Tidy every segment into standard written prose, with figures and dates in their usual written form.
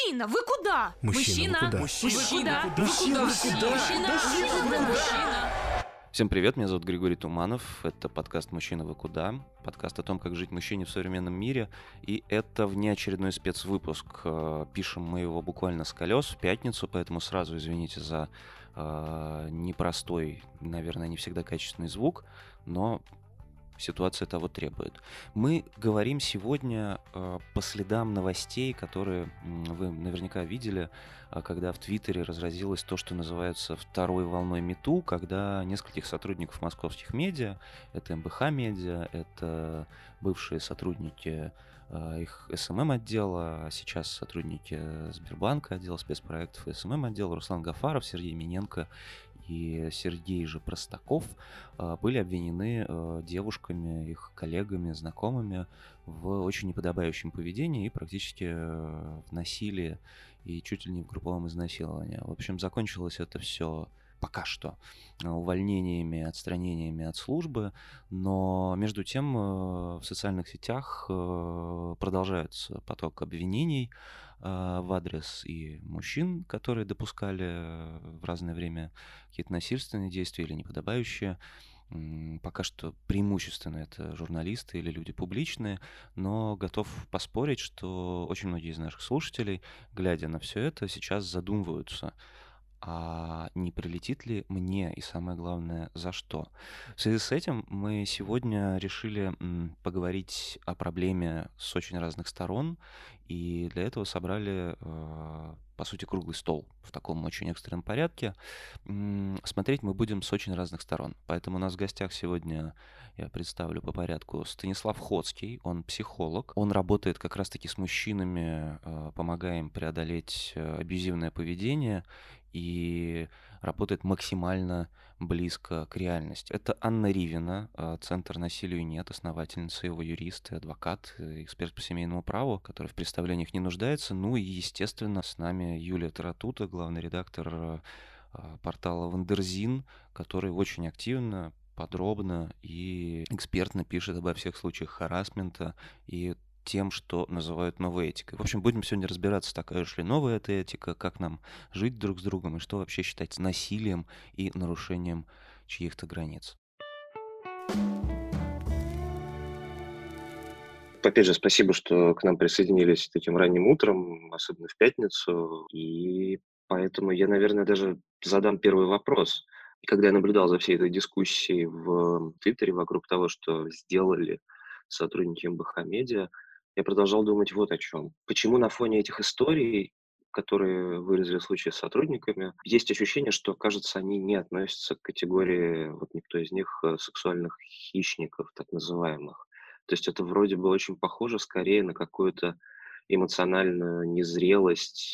Мужчина, вы куда? Мужчина, вы куда? Мужчина, вы Мужчина, куда? вы куда? Мужчина. Всем привет, меня зовут Григорий Туманов, это подкаст «Мужчина, вы куда?», подкаст о том, как жить мужчине в современном мире, и это внеочередной спецвыпуск. Пишем мы его буквально с колес в пятницу, поэтому сразу извините за непростой, наверное, не всегда качественный звук, но ситуация того требует. Мы говорим сегодня по следам новостей, которые вы наверняка видели, когда в Твиттере разразилось то, что называется второй волной МeToo, когда нескольких сотрудников московских медиа, это МБХ медиа, это бывшие сотрудники их СММ-отдела, а сейчас сотрудники Сбербанка, отдела спецпроектов и СММ-отдела, Руслан Гафаров, Сергей Миненко и Сергей же Простаков были обвинены девушками, их коллегами, знакомыми в очень неподобающем поведении и практически в насилии и чуть ли не в групповом изнасиловании. В общем, закончилось это все пока что увольнениями, отстранениями от службы, но между тем в социальных сетях продолжается поток обвинений в адрес и мужчин, которые допускали в разное время какие-то насильственные действия или неподобающие. Пока что преимущественно это журналисты или люди публичные, но готов поспорить, что очень многие из наших слушателей, глядя на все это, сейчас задумываются, а не прилетит ли мне и, самое главное, за что. В связи с этим мы сегодня решили поговорить о проблеме с очень разных сторон, и для этого собрали, по сути, круглый стол в таком очень экстренном порядке. Смотреть мы будем с очень разных сторон. Поэтому у нас в гостях сегодня, я представлю по порядку, Станислав Ходский, он психолог. Он работает как раз-таки с мужчинами, помогая им преодолеть абьюзивное поведение и работает максимально близко к реальности. Это Анна Ривина, Центр насилию нет, основательница, его юрист, адвокат, эксперт по семейному праву, который в представлениях не нуждается. Ну и, естественно, с нами Юлия Таратута, главный редактор портала Вандерзин, который очень активно, подробно и экспертно пишет обо всех случаях харассмента и тем, что называют новой этикой. В общем, будем сегодня разбираться, такая уж ли новая эта этика, как нам жить друг с другом и что вообще считать насилием и нарушением чьих-то границ. Опять же, спасибо, что к нам присоединились таким ранним утром, особенно в пятницу. И поэтому я, наверное, даже задам первый вопрос. Когда я наблюдал за всей этой дискуссией в Твиттере вокруг того, что сделали сотрудники МБХ Медиа, я продолжал думать вот о чем. Почему на фоне этих историй, которые выразили в случае с сотрудниками, есть ощущение, что, кажется, они не относятся к категории, вот никто из них, сексуальных хищников, так называемых. То есть это вроде бы очень похоже скорее на какую-то эмоциональную незрелость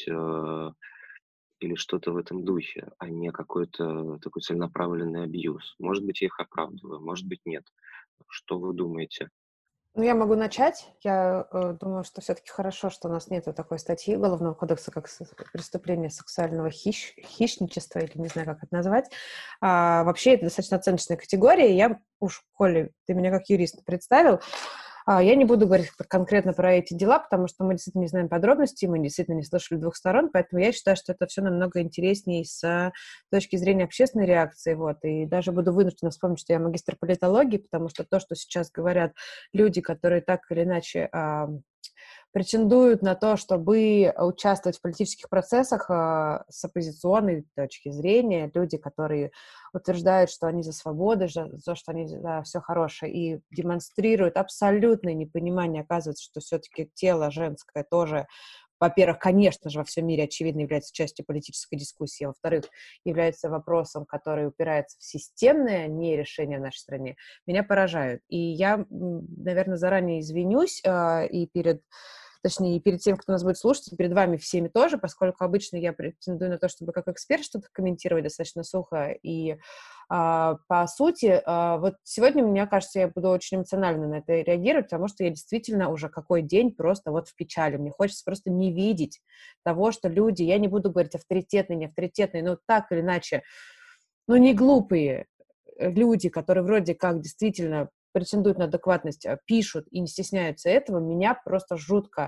или что-то в этом духе, а не какой-то такой целенаправленный абьюз. Может быть, я их оправдываю, может быть, нет. Что вы думаете? Ну, я могу начать. Я думаю, что все-таки хорошо, что у нас нет такой статьи Уголовного кодекса, как преступление сексуального хищничества, или не знаю, как это назвать. Вообще, это достаточно оценочная категория. Я уж, Коля, ты меня как юрист представил, я не буду говорить конкретно про эти дела, потому что мы действительно не знаем подробностей, мы действительно не слышали двух сторон, поэтому я считаю, что это все намного интереснее с точки зрения общественной реакции. Вот. И даже буду вынуждена вспомнить, что я магистр политологии, потому что то, что сейчас говорят люди, которые так или иначе претендуют на то, чтобы участвовать в политических процессах с оппозиционной точки зрения, люди, которые утверждают, что они за свободу, за то, что они за все хорошее, и демонстрируют абсолютное непонимание, оказывается, что все-таки тело женское тоже, во-первых, конечно же, во всем мире, очевидно, является частью политической дискуссии, а во-вторых, является вопросом, который упирается в системное нерешение в нашей стране, меня поражают. И я, наверное, заранее извинюсь и перед тем, кто нас будет слушать, и перед вами всеми тоже, поскольку обычно я претендую на то, чтобы как эксперт что-то комментировать достаточно сухо. И по сути, вот сегодня, мне кажется, я буду очень эмоционально на это реагировать, потому что я действительно уже какой день просто вот в печали. Мне хочется просто не видеть того, что люди, я не буду говорить авторитетные, не авторитетные, но так или иначе, ну, не глупые люди, которые вроде как действительно претендуют на адекватность, пишут и не стесняются этого, меня просто жутко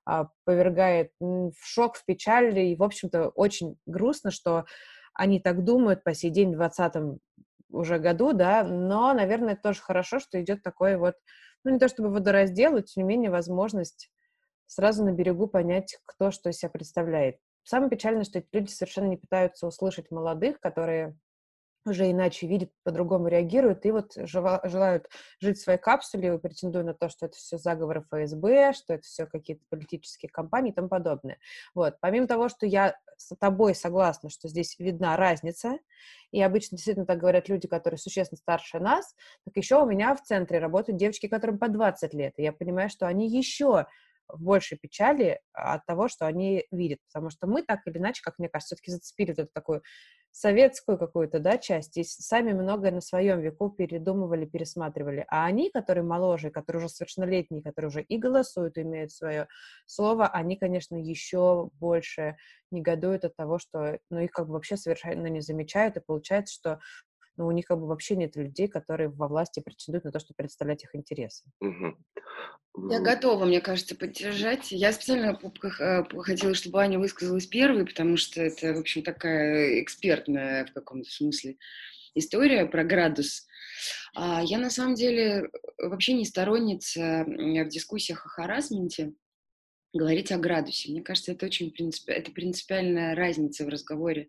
повергает в шок, в печаль, и, в общем-то, очень грустно, что они так думают по сей день в 2020 уже году, да, но, наверное, это тоже хорошо, что идет такой вот, ну, не то чтобы водораздел, но, тем не менее, возможность сразу на берегу понять, кто что из себя представляет. Самое печальное, что эти люди совершенно не пытаются услышать молодых, которые уже иначе видят, по-другому реагируют, и вот желают жить в своей капсуле, претендуя на то, что это все заговоры ФСБ, что это все какие-то политические кампании и тому подобное. Вот. Помимо того, что я с тобой согласна, что здесь видна разница, и обычно действительно так говорят люди, которые существенно старше нас, так еще у меня в центре работают девочки, которым по 20 лет, и я понимаю, что они еще в большей печали от того, что они видят, потому что мы так или иначе, как мне кажется, все-таки зацепили вот эту такую советскую какую-то, да, часть, и сами многое на своем веку передумывали, пересматривали. А они, которые моложе, которые уже совершеннолетние, которые уже и голосуют, и имеют свое слово, они, конечно, еще больше негодуют от того, что, ну, их как бы вообще совершенно не замечают, и получается, что ну, у них как бы вообще нет людей, которые во власти претендуют на то, чтобы представлять их интересы. Мгм. Я готова, мне кажется, поддержать. Я специально хотела, чтобы Аня высказалась первой, потому что это, в общем, такая экспертная в каком-то смысле история про градус. А я, на самом деле, вообще не сторонница в дискуссиях о харассменте говорить о градусе. Мне кажется, это очень это принципиальная разница в разговоре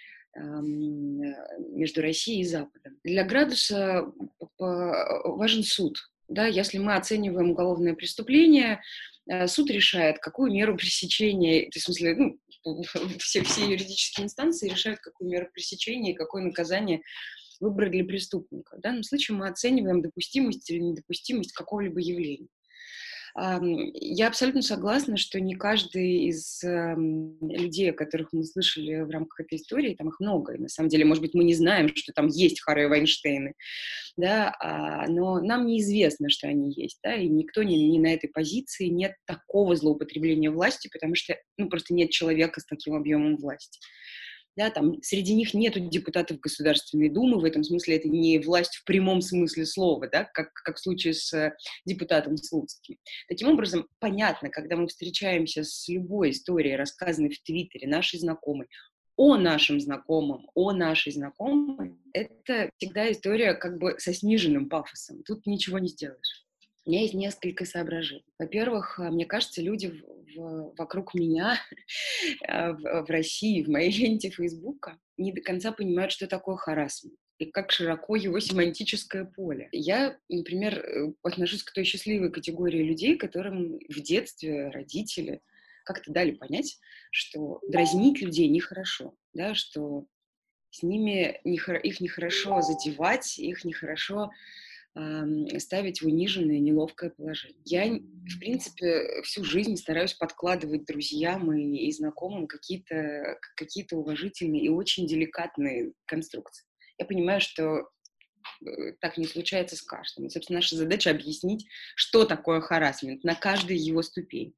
между Россией и Западом. Для градуса важен суд. Да, если мы оцениваем уголовное преступление, суд решает, какую меру пресечения, в смысле, ну, все юридические инстанции решают, какую меру пресечения и какое наказание выбрать для преступника. В данном случае мы оцениваем допустимость или недопустимость какого-либо явления. Я абсолютно согласна, что не каждый из людей, о которых мы слышали в рамках этой истории, там их много, и на самом деле, может быть, мы не знаем, что там есть Харвей Вайнштейны, да, но нам неизвестно, что они есть, да, и никто не на этой позиции, нет такого злоупотребления властью, потому что, ну, просто нет человека с таким объемом власти. Да, там среди них нету депутатов Государственной Думы, в этом смысле это не власть в прямом смысле слова, да, как в случае с депутатом Слуцким. Таким образом, понятно, когда мы встречаемся с любой историей, рассказанной в Твиттере нашей знакомой, о нашем знакомом, о нашей знакомой, это всегда история как бы со сниженным пафосом. Тут ничего не сделаешь. У меня есть несколько соображений. Во-первых, мне кажется, люди вокруг меня в России, в моей ленте Фейсбука, не до конца понимают, что такое харассмент и как широко его семантическое поле. Я, например, отношусь к той счастливой категории людей, которым в детстве родители как-то дали понять, что дразнить людей нехорошо, да, что с ними их нехорошо задевать, их нехорошо ставить в униженное, неловкое положение. Я, в принципе, всю жизнь стараюсь подкладывать друзьям и знакомым какие-то уважительные и очень деликатные конструкции. Я понимаю, что так не случается с каждым. И, собственно, наша задача объяснить, что такое харассмент на каждой его ступени.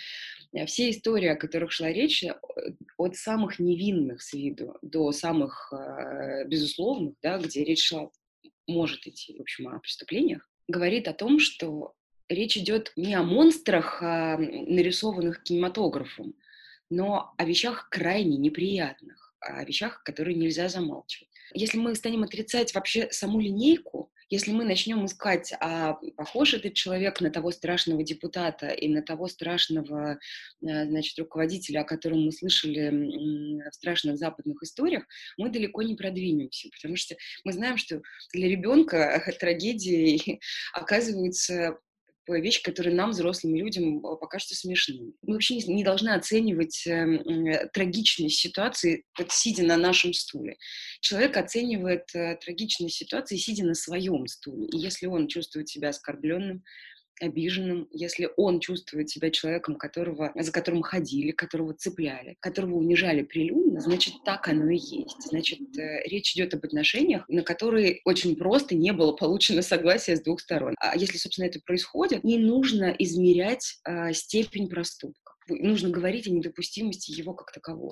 Все истории, о которых шла речь, от самых невинных с виду до самых безусловных, да, где речь шла может идти, в общем, о преступлениях, говорит о том, что речь идет не о монстрах, нарисованных кинематографом, но о вещах крайне неприятных, о вещах, которые нельзя замалчивать. Если мы станем отрицать вообще саму линейку, если мы начнем искать, похож этот человек на того страшного депутата и на того страшного, значит, руководителя, о котором мы слышали в страшных западных историях, мы далеко не продвинемся, потому что мы знаем, что для ребенка трагедией оказываются вещи, которые нам, взрослым людям, покажутся смешными. Мы вообще не должны оценивать трагичность ситуации, сидя на нашем стуле. Человек оценивает трагичность ситуации, сидя на своем стуле. И если он чувствует себя оскорбленным, обиженным, если он чувствует себя человеком, за которым ходили, которого цепляли, которого унижали прилюдно, значит, так оно и есть. Значит, речь идет об отношениях, на которые очень просто не было получено согласие с двух сторон. А если, собственно, это происходит, не нужно измерять степень проступка. Нужно говорить о недопустимости его как такового.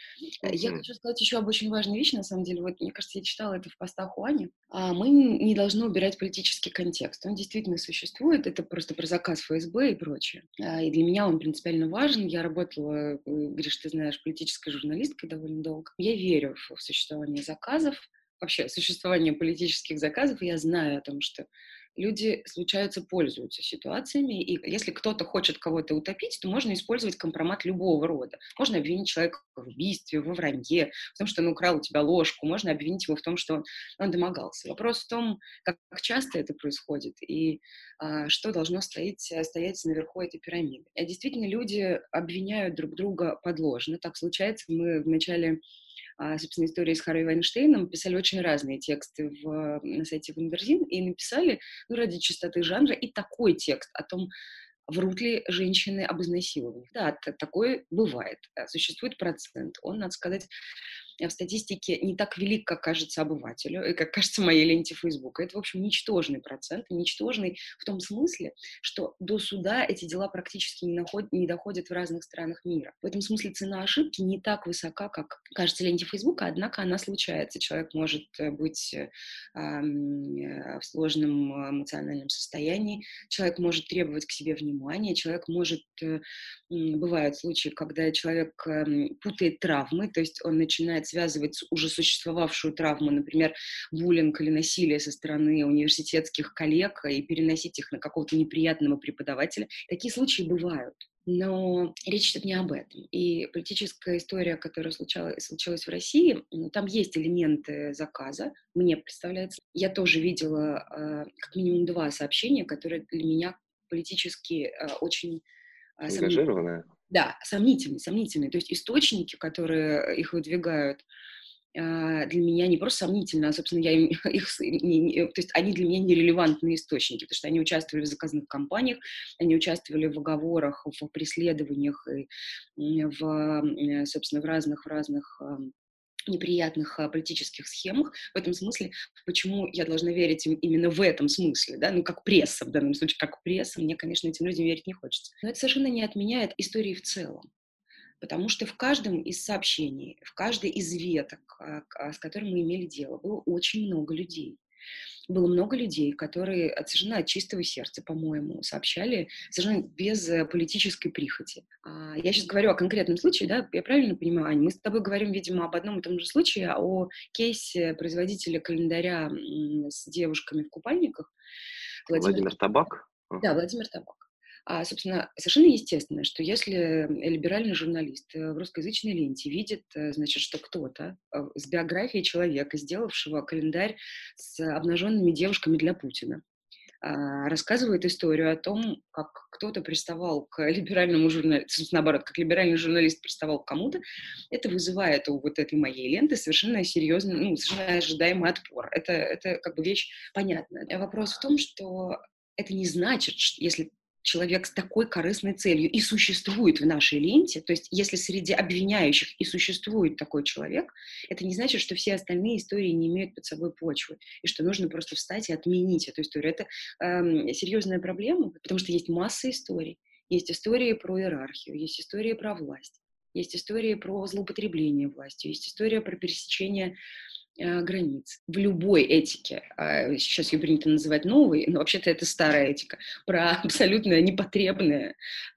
Я Мгм. хочу сказать еще об очень важной вещи, на самом деле. Вот, мне кажется, я читала это в постах у Ани. Мы не должны убирать политический контекст. Он действительно существует. Это просто про заказ ФСБ и прочее. И для меня он принципиально важен. Я работала, Гриш, ты знаешь, политической журналисткой довольно долго. Я верю в существование заказов, вообще существование политических заказов. И я знаю о том, что люди, случаются, пользуются ситуациями, и если кто-то хочет кого-то утопить, то можно использовать компромат любого рода. Можно обвинить человека в убийстве, во вранье, в том, что он украл у тебя ложку, можно обвинить его в том, что он домогался. Вопрос в том, как часто это происходит и что должно стоять наверху этой пирамиды. Действительно, люди обвиняют друг друга подложно. Так случается. Мы в начале собственно, истории с Харви Вайнштейном, писали очень разные тексты на сайте Вунверзин и написали, ну, ради чистоты жанра, и такой текст о том, врут ли женщины об изнасиловании. Да, такое бывает. Существует процент. Он, надо сказать, в статистике не так велик, как кажется обывателю, и как кажется моей ленте Фейсбука. Это, в общем, ничтожный процент, ничтожный в том смысле, что до суда эти дела практически не доходят в разных странах мира. В этом смысле цена ошибки не так высока, как кажется ленте Фейсбука, однако она случается. Человек может быть в сложном эмоциональном состоянии, человек может требовать к себе внимания, человек может... Бывают случаи, когда человек путает травмы, то есть он начинает связывать уже существовавшую травму, например, буллинг или насилие со стороны университетских коллег, и переносить их на какого-то неприятного преподавателя. Такие случаи бывают. Но речь идет не об этом. И политическая история, которая случилась в России, там есть элементы заказа, мне представляется. Я тоже видела как минимум 2 сообщения, которые для меня политически очень сомнительные. Ангажированная? Да, сомнительные. То есть источники, которые их выдвигают, для меня не просто сомнительны, а, собственно, я им их... То есть они для меня нерелевантные источники, потому что они участвовали в заказных кампаниях, они участвовали в оговорах, в преследованиях и собственно, в разных неприятных политических схемах. В этом смысле, почему я должна верить им именно в этом смысле, да, ну, как пресса, в данном случае, как пресса, мне, конечно, этим людям верить не хочется. Но это совершенно не отменяет истории в целом. Потому что в каждом из сообщений, в каждой из веток, с которыми мы имели дело, было очень много людей. Было много людей, которые совершенно от чистого сердца, по-моему, сообщали совершенно без политической прихоти. Я сейчас говорю о конкретном случае, да, я правильно понимаю, Ань? Мы с тобой говорим, видимо, об одном и том же случае, о кейсе производителя календаря с девушками в купальниках. Владимир Табак? Да, Владимир Табак. Собственно, совершенно естественно, что если либеральный журналист в русскоязычной ленте видит, значит, что кто-то с биографией человека, сделавшего календарь с обнаженными девушками для Путина, рассказывает историю о том, как кто-то приставал к либеральному журналисту, наоборот, как либеральный журналист приставал к кому-то, это вызывает у вот этой моей ленты совершенно серьезный, ну, совершенно ожидаемый отпор. Это как бы вещь понятная. Вопрос в том, что это не значит, что если человек с такой корыстной целью и существует в нашей ленте, то есть если среди обвиняющих и существует такой человек, это не значит, что все остальные истории не имеют под собой почвы, и что нужно просто встать и отменить эту историю. Это серьезная проблема, потому что есть масса историй. Есть истории про иерархию, есть истории про власть, есть истории про злоупотребление властью, есть история про пересечение границ. В любой этике, сейчас ее принято называть новой, но вообще-то это старая этика, про абсолютно непотребное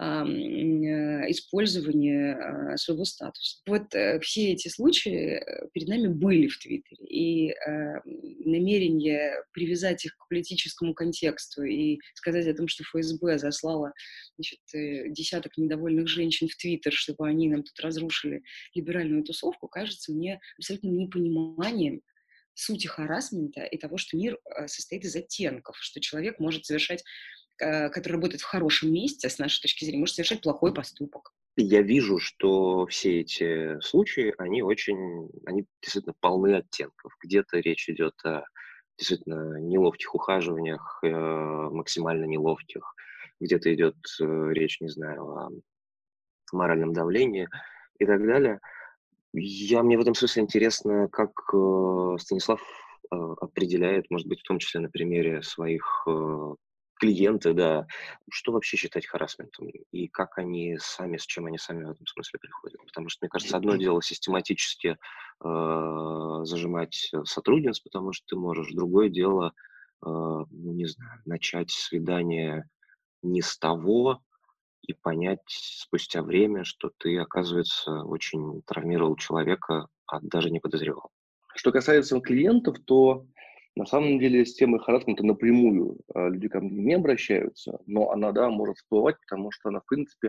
использование своего статуса. Вот все эти случаи перед нами были в Твиттере, и намерение привязать их к политическому контексту и сказать о том, что ФСБ заслала, значит, десяток недовольных женщин в Твиттер, чтобы они нам тут разрушили либеральную тусовку, кажется мне абсолютным непониманием сути харассмента и того, что мир состоит из оттенков, что человек может совершать, который работает в хорошем месте, с нашей точки зрения, может совершать плохой поступок. Я вижу, что все эти случаи, они действительно полны оттенков. Где-то речь идет о действительно неловких ухаживаниях, максимально неловких. Где-то идет речь, не знаю, о моральном давлении и так далее. Мне в этом смысле интересно, как Станислав определяет, может быть, в том числе на примере своих клиенты, да. Что вообще считать харассментом? И как они сами, с чем они сами в этом смысле приходят? Потому что, мне кажется, одно дело систематически зажимать сотрудниц, потому что ты можешь. Другое дело, ну, не знаю, начать свидание не с того и понять спустя время, что ты, оказывается, очень травмировал человека, а даже не подозревал. Что касается клиентов, то на самом деле с темой харассмента напрямую люди ко мне не обращаются, но она, да, может всплывать, потому что она, в принципе,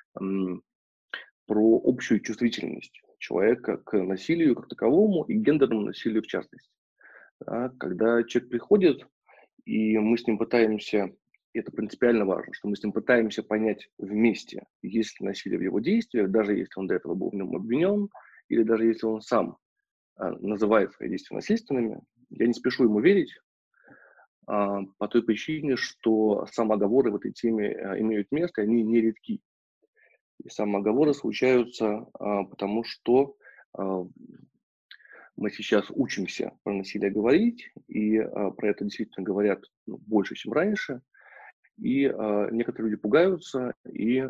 про общую чувствительность человека к насилию как таковому и гендерному насилию в частности. Да, когда человек приходит, и мы с ним пытаемся, и это принципиально важно, что мы с ним пытаемся понять вместе, есть ли насилие в его действиях, даже если он до этого был в нем обвинен, или даже если он сам называет свои действия насильственными, я не спешу ему верить, по той причине, что самооговоры в этой теме имеют место, и они нередки. И самооговоры случаются, потому что мы сейчас учимся про насилие говорить, и про это действительно говорят больше, чем раньше. И некоторые люди пугаются, и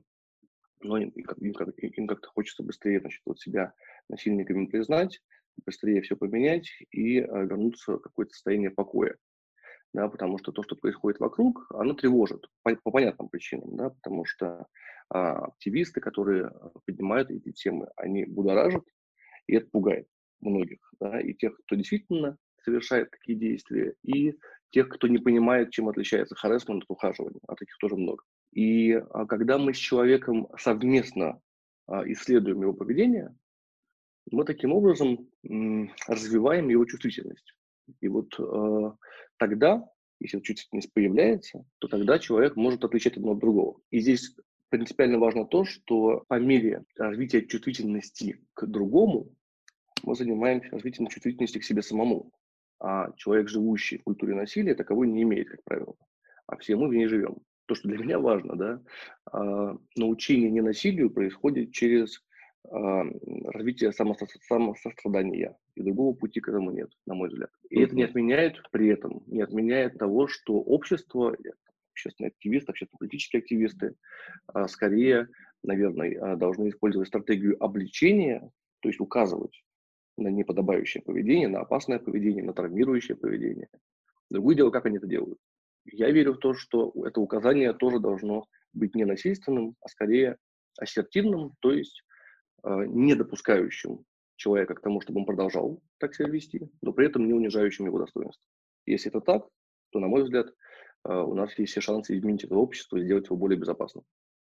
им как-то хочется быстрее, значит, вот себя насильниками признать, быстрее все поменять и вернуться в какое-то состояние покоя. Да, потому что то, что происходит вокруг, оно тревожит по понятным причинам, да, потому что активисты, которые поднимают эти темы, они будоражат, и это пугает многих, да, и тех, кто действительно совершает такие действия, и тех, кто не понимает, чем отличается харассмент от ухаживания, а таких тоже много. И когда мы с человеком совместно исследуем его поведение, мы таким образом развиваем его чувствительность. И вот тогда, если чувствительность появляется, то тогда человек может отличать одно от другого. И здесь принципиально важно то, что по мере развития чувствительности к другому мы занимаемся развитием чувствительности к себе самому. А человек, живущий в культуре насилия, таковой не имеет, как правило. А все мы в ней живем. То, что для меня важно, да, научение ненасилию происходит через развитие самосострадания. И другого пути к этому нет, на мой взгляд. И это не отменяет при этом, не отменяет того, что общество, общественные активисты, общественно-политические активисты скорее, наверное, должны использовать стратегию обличения, то есть указывать на неподобающее поведение, на опасное поведение, на травмирующее поведение. Другое дело, как они это делают. Я верю в то, что это указание тоже должно быть не насильственным, а скорее ассертивным, то есть не допускающим человека к тому, чтобы он продолжал так себя вести, но при этом не унижающим его достоинство. Если это так, то, на мой взгляд, у нас есть все шансы изменить это общество и сделать его более безопасным.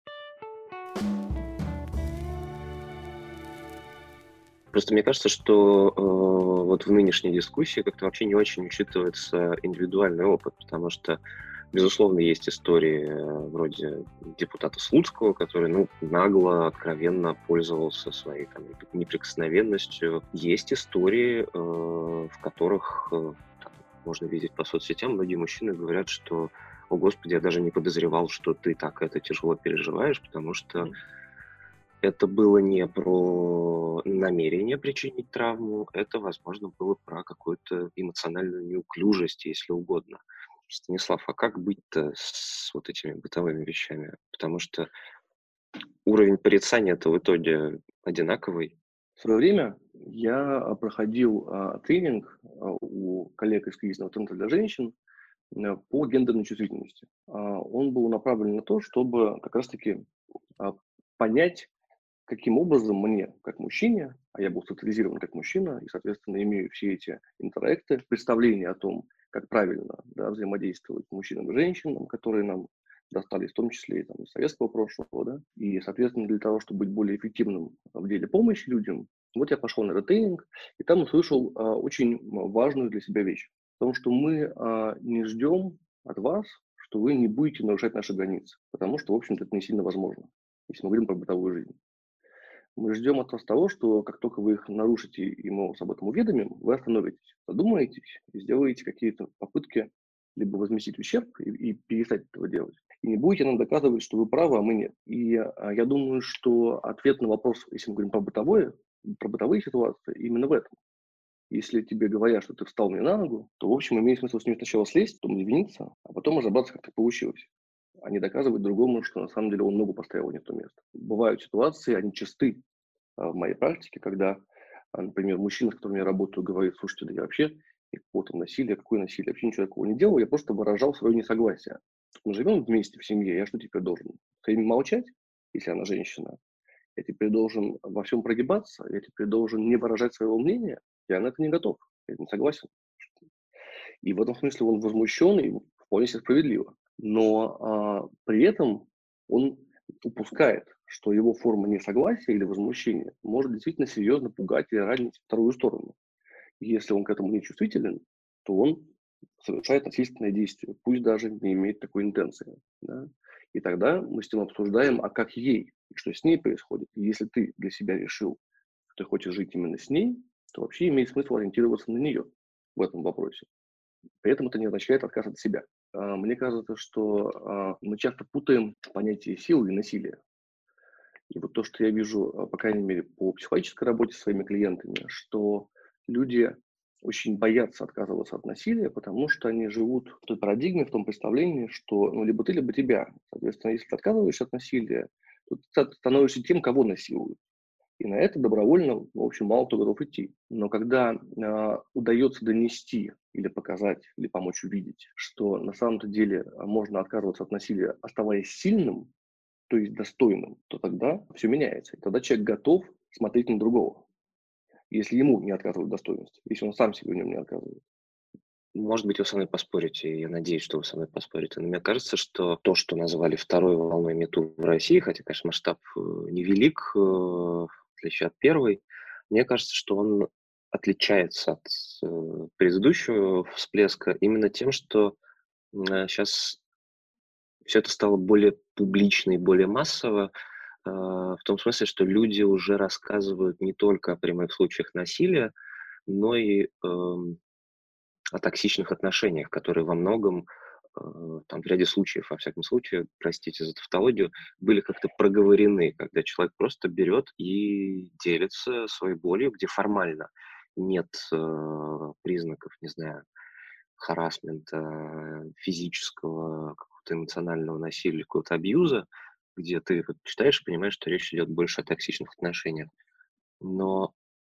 Просто мне кажется, что вот в нынешней дискуссии как-то вообще не очень учитывается индивидуальный опыт, потому что, безусловно, есть истории вроде депутата Слуцкого, который, нагло, откровенно пользовался своей там неприкосновенностью. Есть истории, в которых можно видеть по соцсетям, многие мужчины говорят, что, о господи, я даже не подозревал, что ты так это тяжело переживаешь, потому что это было не про намерение причинить травму, это, возможно, было про какую-то эмоциональную неуклюжесть, если угодно. Станислав, а как быть-то с вот этими бытовыми вещами? Потому что уровень порицания-то в итоге одинаковый. В свое время я проходил тренинг у коллег из кризисного центра для женщин по гендерной чувствительности. Он был направлен на то, чтобы как раз-таки понять, каким образом мне, как мужчине, а я был социализирован как мужчина, и, соответственно, имею все эти интеракты, представление о том, как правильно взаимодействовать мужчинам и женщинам, которые нам достались, в том числе и из советского прошлого, да, и, соответственно, для того, чтобы быть более эффективным в деле помощи людям, вот я пошел на этот тренинг, и там услышал очень важную для себя вещь, потому что мы не ждем от вас, что вы не будете нарушать наши границы, потому что, в общем-то, это не сильно возможно, если мы говорим про бытовую жизнь. Мы ждем от вас того, что как только вы их нарушите и мы вас об этом уведомим, вы остановитесь, задумаетесь и сделаете какие-то попытки либо возместить ущерб и перестать этого делать. И не будете нам доказывать, что вы правы, а мы нет. И я думаю, что ответ на вопрос, если мы говорим про бытовые ситуации, именно в этом. Если тебе говорят, что ты встал мне на ногу, то, в общем, имеет смысл с ним сначала слезть, потом извиниться, а потом разобраться, как так получилось. А не доказывать другому, что на самом деле он ногу поставил не в то место. Бывают ситуации, они часты в моей практике, когда, например, мужчина, с которым я работаю, говорит: слушайте, да я вообще никакого там насилия, какое насилие, вообще ничего такого не делал, я просто выражал свое несогласие. Мы живем вместе в семье, я что теперь должен? Все время молчать, если она женщина? Я теперь должен во всем прогибаться, я теперь должен не выражать своего мнения, я на это не готов, я не согласен. И в этом смысле он возмущен, и вполне себе справедливо. Но при этом он упускает, что его форма несогласия или возмущения может действительно серьезно пугать и ранить вторую сторону. И если он к этому не чувствителен, то он совершает насильственное действие, пусть даже не имеет такой интенции. Да? И тогда мы с ним обсуждаем, а как ей, и что с ней происходит. И если ты для себя решил, что ты хочешь жить именно с ней, то вообще имеет смысл ориентироваться на нее в этом вопросе. При этом это не означает отказ от себя. Мне кажется, что мы часто путаем понятие силы и насилия. И вот то, что я вижу, по крайней мере, по психологической работе с своими клиентами, что люди очень боятся отказываться от насилия, потому что они живут в той парадигме, в том представлении, что либо ты, либо тебя. Соответственно, если ты отказываешься от насилия, то ты становишься тем, кого насилуют. И на это добровольно, в общем, мало кто готов идти. Но когда удается донести или показать, или помочь увидеть, что на самом-то деле можно отказываться от насилия, оставаясь сильным, то есть достойным, то тогда все меняется. И тогда человек готов смотреть на другого, если ему не отказывают в достоинстве, если он сам себе в нем не отказывает. Может быть, вы со мной поспорите, и я надеюсь, что вы со мной поспорите. Но мне кажется, что то, что назвали второй волной МeToo в России, хотя, конечно, масштаб невелик, в отличие от первой, мне кажется, что он отличается от предыдущего всплеска именно тем, что сейчас все это стало более публично и более массово, в том смысле, что люди уже рассказывают не только о прямых случаях насилия, но и о токсичных отношениях, которые во многом, там, в ряде случаев, во всяком случае, простите за тавтологию, были как-то проговорены, когда человек просто берет и делится своей болью, где формально нет признаков, не знаю, харассмента, физического, какого-то эмоционального насилия, какого-то абьюза, где ты вот читаешь и понимаешь, что речь идет больше о токсичных отношениях. Но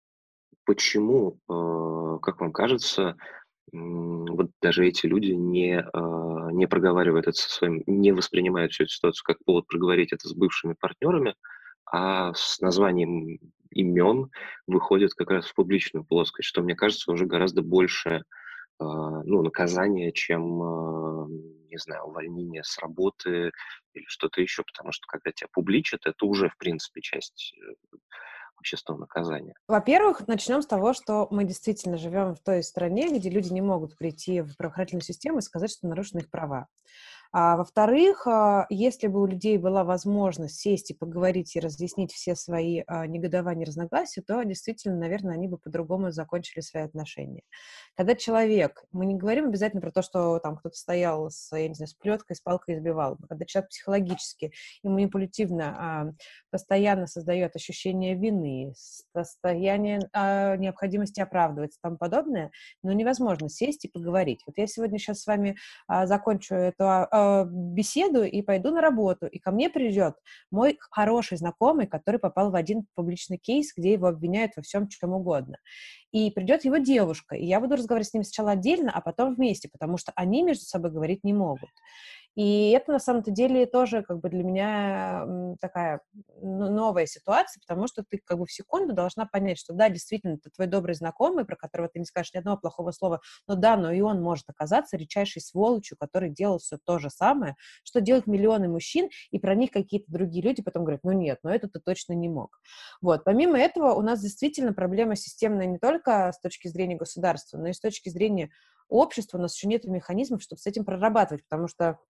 почему, как вам кажется, вот даже эти люди не проговаривают это со своим, не воспринимают всю эту ситуацию как повод проговорить это с бывшими партнерами, а с названием имен выходят как раз в публичную плоскость, что, мне кажется, уже гораздо больше наказание, чем, не знаю, увольнение с работы или что-то еще, потому что когда тебя публичат, это уже, в принципе, часть общественного наказания. Во-первых, начнем с того, что мы действительно живем в той стране, где люди не могут прийти в правоохранительную систему и сказать, что нарушены их права. А во-вторых, если бы у людей была возможность сесть и поговорить и разъяснить все свои негодования и разногласия, то действительно, наверное, они бы по-другому закончили свои отношения. Когда человек, мы не говорим обязательно про то, что там кто-то стоял с, я не знаю, с плеткой, с палкой избивал, когда человек психологически и манипулятивно постоянно создает ощущение вины, состояние необходимости оправдываться и тому подобное, но невозможно сесть и поговорить. Вот я сегодня сейчас с вами закончу эту беседу и пойду на работу, и ко мне придет мой хороший знакомый, который попал в один публичный кейс, где его обвиняют во всем, чем угодно. И придет его девушка, и я буду разговаривать с ним сначала отдельно, а потом вместе, потому что они между собой говорить не могут. И это, на самом-то деле, тоже как бы для меня такая новая ситуация, потому что ты как бы в секунду должна понять, что да, действительно, это твой добрый знакомый, про которого ты не скажешь ни одного плохого слова, но и он может оказаться редчайшей сволочью, который делал все то же самое, что делают миллионы мужчин, и про них какие-то другие люди потом говорят, нет, это ты точно не мог. Вот. Помимо этого, у нас действительно проблема системная не только с точки зрения государства, но и с точки зрения общества. У нас еще нет механизмов, чтобы с этим прорабатывать, потому что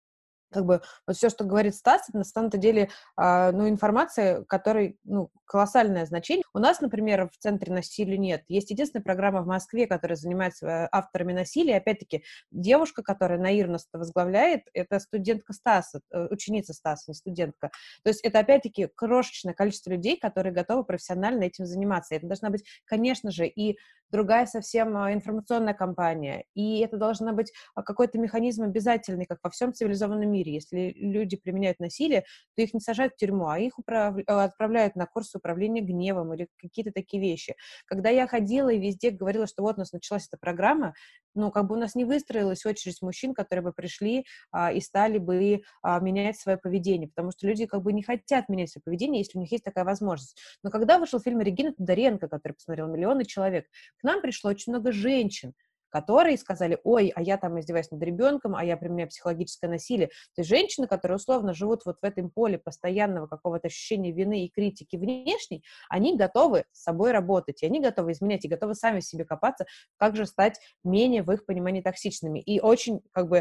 как бы вот все, что говорит Стас, это на самом-то деле, информация, которой, колоссальное значение. У нас, например, в Центре насилия нет. Есть единственная программа в Москве, которая занимается авторами насилия. Опять-таки, девушка, которая Наир нас возглавляет, это студентка Стаса, ученица Стаса, не студентка. То есть это, опять-таки, крошечное количество людей, которые готовы профессионально этим заниматься. Это должна быть, конечно же, и другая совсем информационная кампания, и это должна быть какой-то механизм обязательный, как во всем цивилизованном мире. Если люди применяют насилие, то их не сажают в тюрьму, а их отправляют на курсы управления гневом или какие-то такие вещи. Когда я ходила и везде говорила, что вот у нас началась эта программа, как бы у нас не выстроилась очередь мужчин, которые бы пришли и стали бы менять свое поведение, потому что люди как бы не хотят менять свое поведение, если у них есть такая возможность. Но когда вышел фильм Регины Тодоренко, который посмотрел миллионы человек, к нам пришло очень много женщин, которые сказали: ой, а я там издеваюсь над ребенком, а я применяю психологическое насилие. То есть женщины, которые условно живут вот в этом поле постоянного какого-то ощущения вины и критики внешней, они готовы с собой работать, и они готовы изменять, и готовы сами в себе копаться, как же стать менее, в их понимании, токсичными. И очень,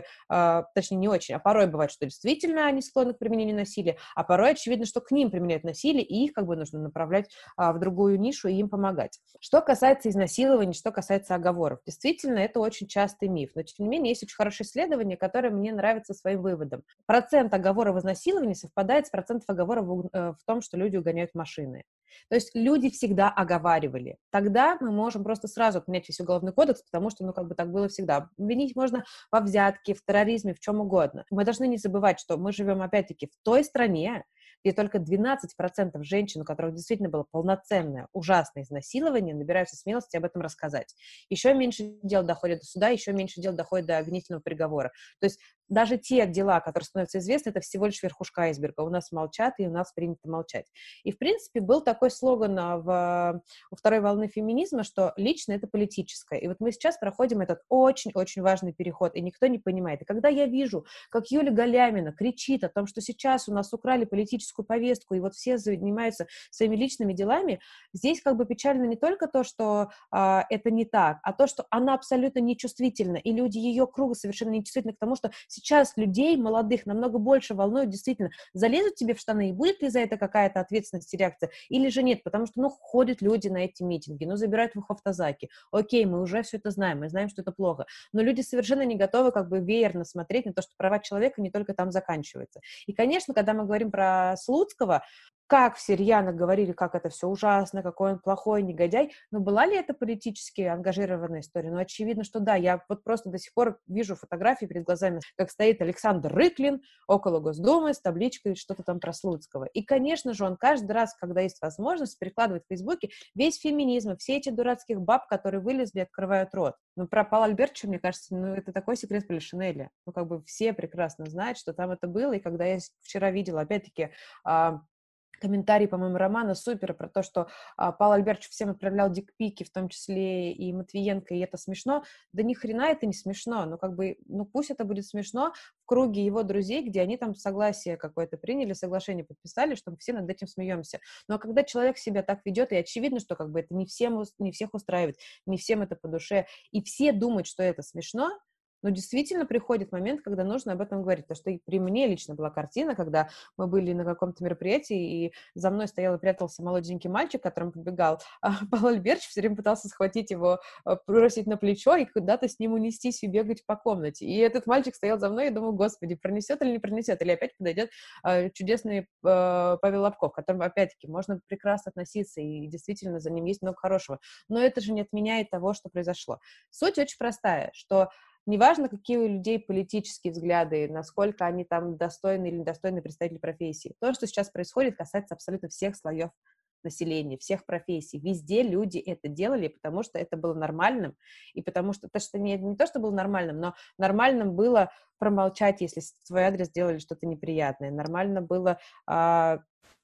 точнее, не очень, а порой бывает, что действительно они склонны к применению насилия, а порой очевидно, что к ним применяют насилие, и их нужно направлять в другую нишу и им помогать. Что касается изнасилований, что касается оговоров, действительно, это очень частый миф. Но, тем не менее, есть очень хорошее исследование, которое мне нравится своим выводом. Процент оговоров в изнасиловании совпадает с процентом оговоров в том, что люди угоняют машины. То есть люди всегда оговаривали. Тогда мы можем просто сразу отменять весь уголовный кодекс, потому что, так было всегда. Винить можно во взятке, в терроризме, в чем угодно. Мы должны не забывать, что мы живем, опять-таки, в той стране, где только 12% женщин, у которых действительно было полноценное, ужасное изнасилование, набираются смелости об этом рассказать. Еще меньше дел доходит до суда, еще меньше дел доходит до обвинительного приговора. То есть даже те дела, которые становятся известны, это всего лишь верхушка айсберга. У нас молчат, и у нас принято молчать. И, в принципе, был такой слоган у второй волны феминизма, что личное — это политическое. И вот мы сейчас проходим этот очень-очень важный переход, и никто не понимает. И когда я вижу, как Юля Галямина кричит о том, что сейчас у нас украли политическую повестку, и вот все занимаются своими личными делами, здесь печально не только то, что это не так, а то, что она абсолютно нечувствительна, и люди ее круга совершенно нечувствительны к тому, что сейчас людей молодых намного больше волнует действительно, залезут тебе в штаны, и будет ли за это какая-то ответственность и реакция, или же нет, потому что, ходят люди на эти митинги, забирают их в автозаки. Окей, мы уже все это знаем, мы знаем, что это плохо, но люди совершенно не готовы веерно смотреть на то, что права человека не только там заканчиваются. И, конечно, когда мы говорим про Слуцкого, как все рьяно говорили, как это все ужасно, какой он плохой негодяй, но была ли это политически ангажированная история? Очевидно, что да. Я просто до сих пор вижу фотографии перед глазами, как стоит Александр Рыклин около Госдумы с табличкой что-то там про Слуцкого. И, конечно же, он каждый раз, когда есть возможность, перекладывает в Фейсбуке весь феминизм, все эти дурацких баб, которые вылезли и открывают рот. Про Павла Альбертовича, мне кажется, это такой секрет Полишинеля. Все прекрасно знают, что там это было. И когда я вчера видела, опять-таки, комментарий, по-моему, Романа Супера про то, что Павел Альбертович всем отправлял дикпики, в том числе и Матвиенко, и это смешно. Да ни хрена это не смешно. Пусть это будет смешно в круге его друзей, где они там согласие какое-то приняли, соглашение подписали, чтобы все над этим смеемся. Но когда человек себя так ведет, и очевидно, что это не всех устраивает, не всем это по душе, и все думают, что это смешно, но действительно приходит момент, когда нужно об этом говорить. Потому что и при мне лично была картина, когда мы были на каком-то мероприятии, и за мной стоял и прятался молоденький мальчик, к которому подбегал Павел Альбертович, все время пытался схватить его, бросить на плечо и куда-то с ним унестись и бегать по комнате. И этот мальчик стоял за мной и думал: господи, пронесет или не пронесет, или опять подойдет чудесный Павел Лобков, к которому, опять-таки, можно прекрасно относиться, и действительно за ним есть много хорошего. Но это же не отменяет того, что произошло. Суть очень простая, что неважно, какие у людей политические взгляды, насколько они там достойны или недостойны представители профессии. То, что сейчас происходит, касается абсолютно всех слоев населения, всех профессий. Везде люди это делали, потому что это было нормальным, и потому что не то, что было нормальным, но нормальным было промолчать, если в свой адрес делали что-то неприятное. Нормально было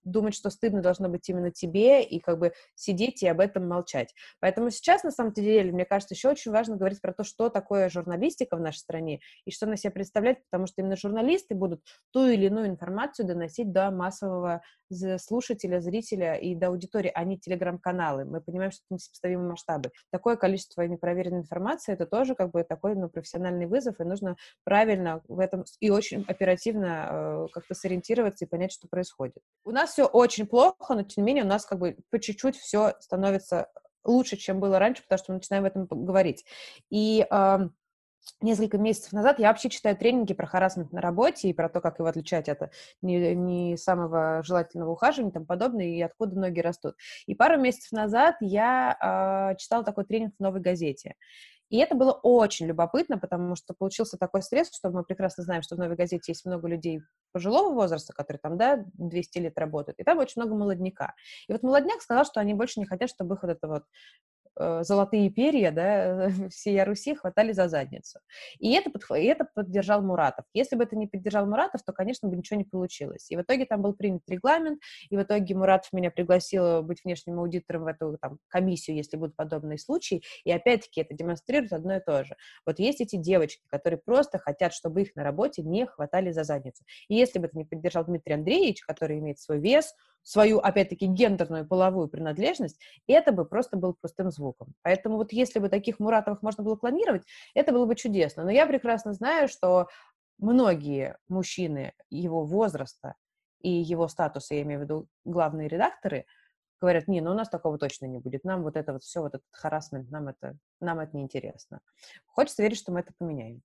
думать, что стыдно должно быть именно тебе, и как бы сидеть и об этом молчать. Поэтому сейчас, на самом деле, мне кажется, еще очень важно говорить про то, что такое журналистика в нашей стране, и что она себя представляет, потому что именно журналисты будут ту или иную информацию доносить до массового слушателя, зрителя и до аудитории, а не телеграм-каналы. Мы понимаем, что это несопоставимые масштабы. Такое количество непроверенной информации — это тоже как бы такой профессиональный вызов, и нужно правильно в этом и очень оперативно как-то сориентироваться и понять, что происходит. У нас все очень плохо, но тем не менее у нас как бы по чуть-чуть все становится лучше, чем было раньше, потому что мы начинаем об этом говорить. И несколько месяцев назад я вообще читаю тренинги про харассмент на работе и про то, как его отличать от не самого желательного ухаживания и тому подобное, и откуда ноги растут. И пару месяцев назад я читала такой тренинг в «Новой газете». И это было очень любопытно, потому что получился такой стресс, что мы прекрасно знаем, что в «Новой газете» есть много людей пожилого возраста, которые там, да, 200 лет работают, и там очень много молодняка. И вот молодняк сказал, что они больше не хотят, чтобы их вот это вот золотые перья, да, всея Руси хватали за задницу. И это поддержал Муратов. Если бы это не поддержал Муратов, то, конечно, бы ничего не получилось. И в итоге там был принят регламент, и в итоге Муратов меня пригласил быть внешним аудитором в эту там комиссию, если будут подобные случаи. И опять-таки это демонстрирует одно и то же. Вот есть эти девочки, которые просто хотят, чтобы их на работе не хватали за задницу. И если бы это не поддержал Дмитрий Андреевич, который имеет свой вес, свою, опять-таки, гендерную половую принадлежность, это бы просто был простым звуком. Поэтому вот если бы таких Муратовых можно было клонировать, это было бы чудесно. Но я прекрасно знаю, что многие мужчины его возраста и его статуса, я имею в виду главные редакторы, говорят: не, ну у нас такого точно не будет, нам вот это вот все, вот этот харассмент, нам это неинтересно. Хочется верить, что мы это поменяем.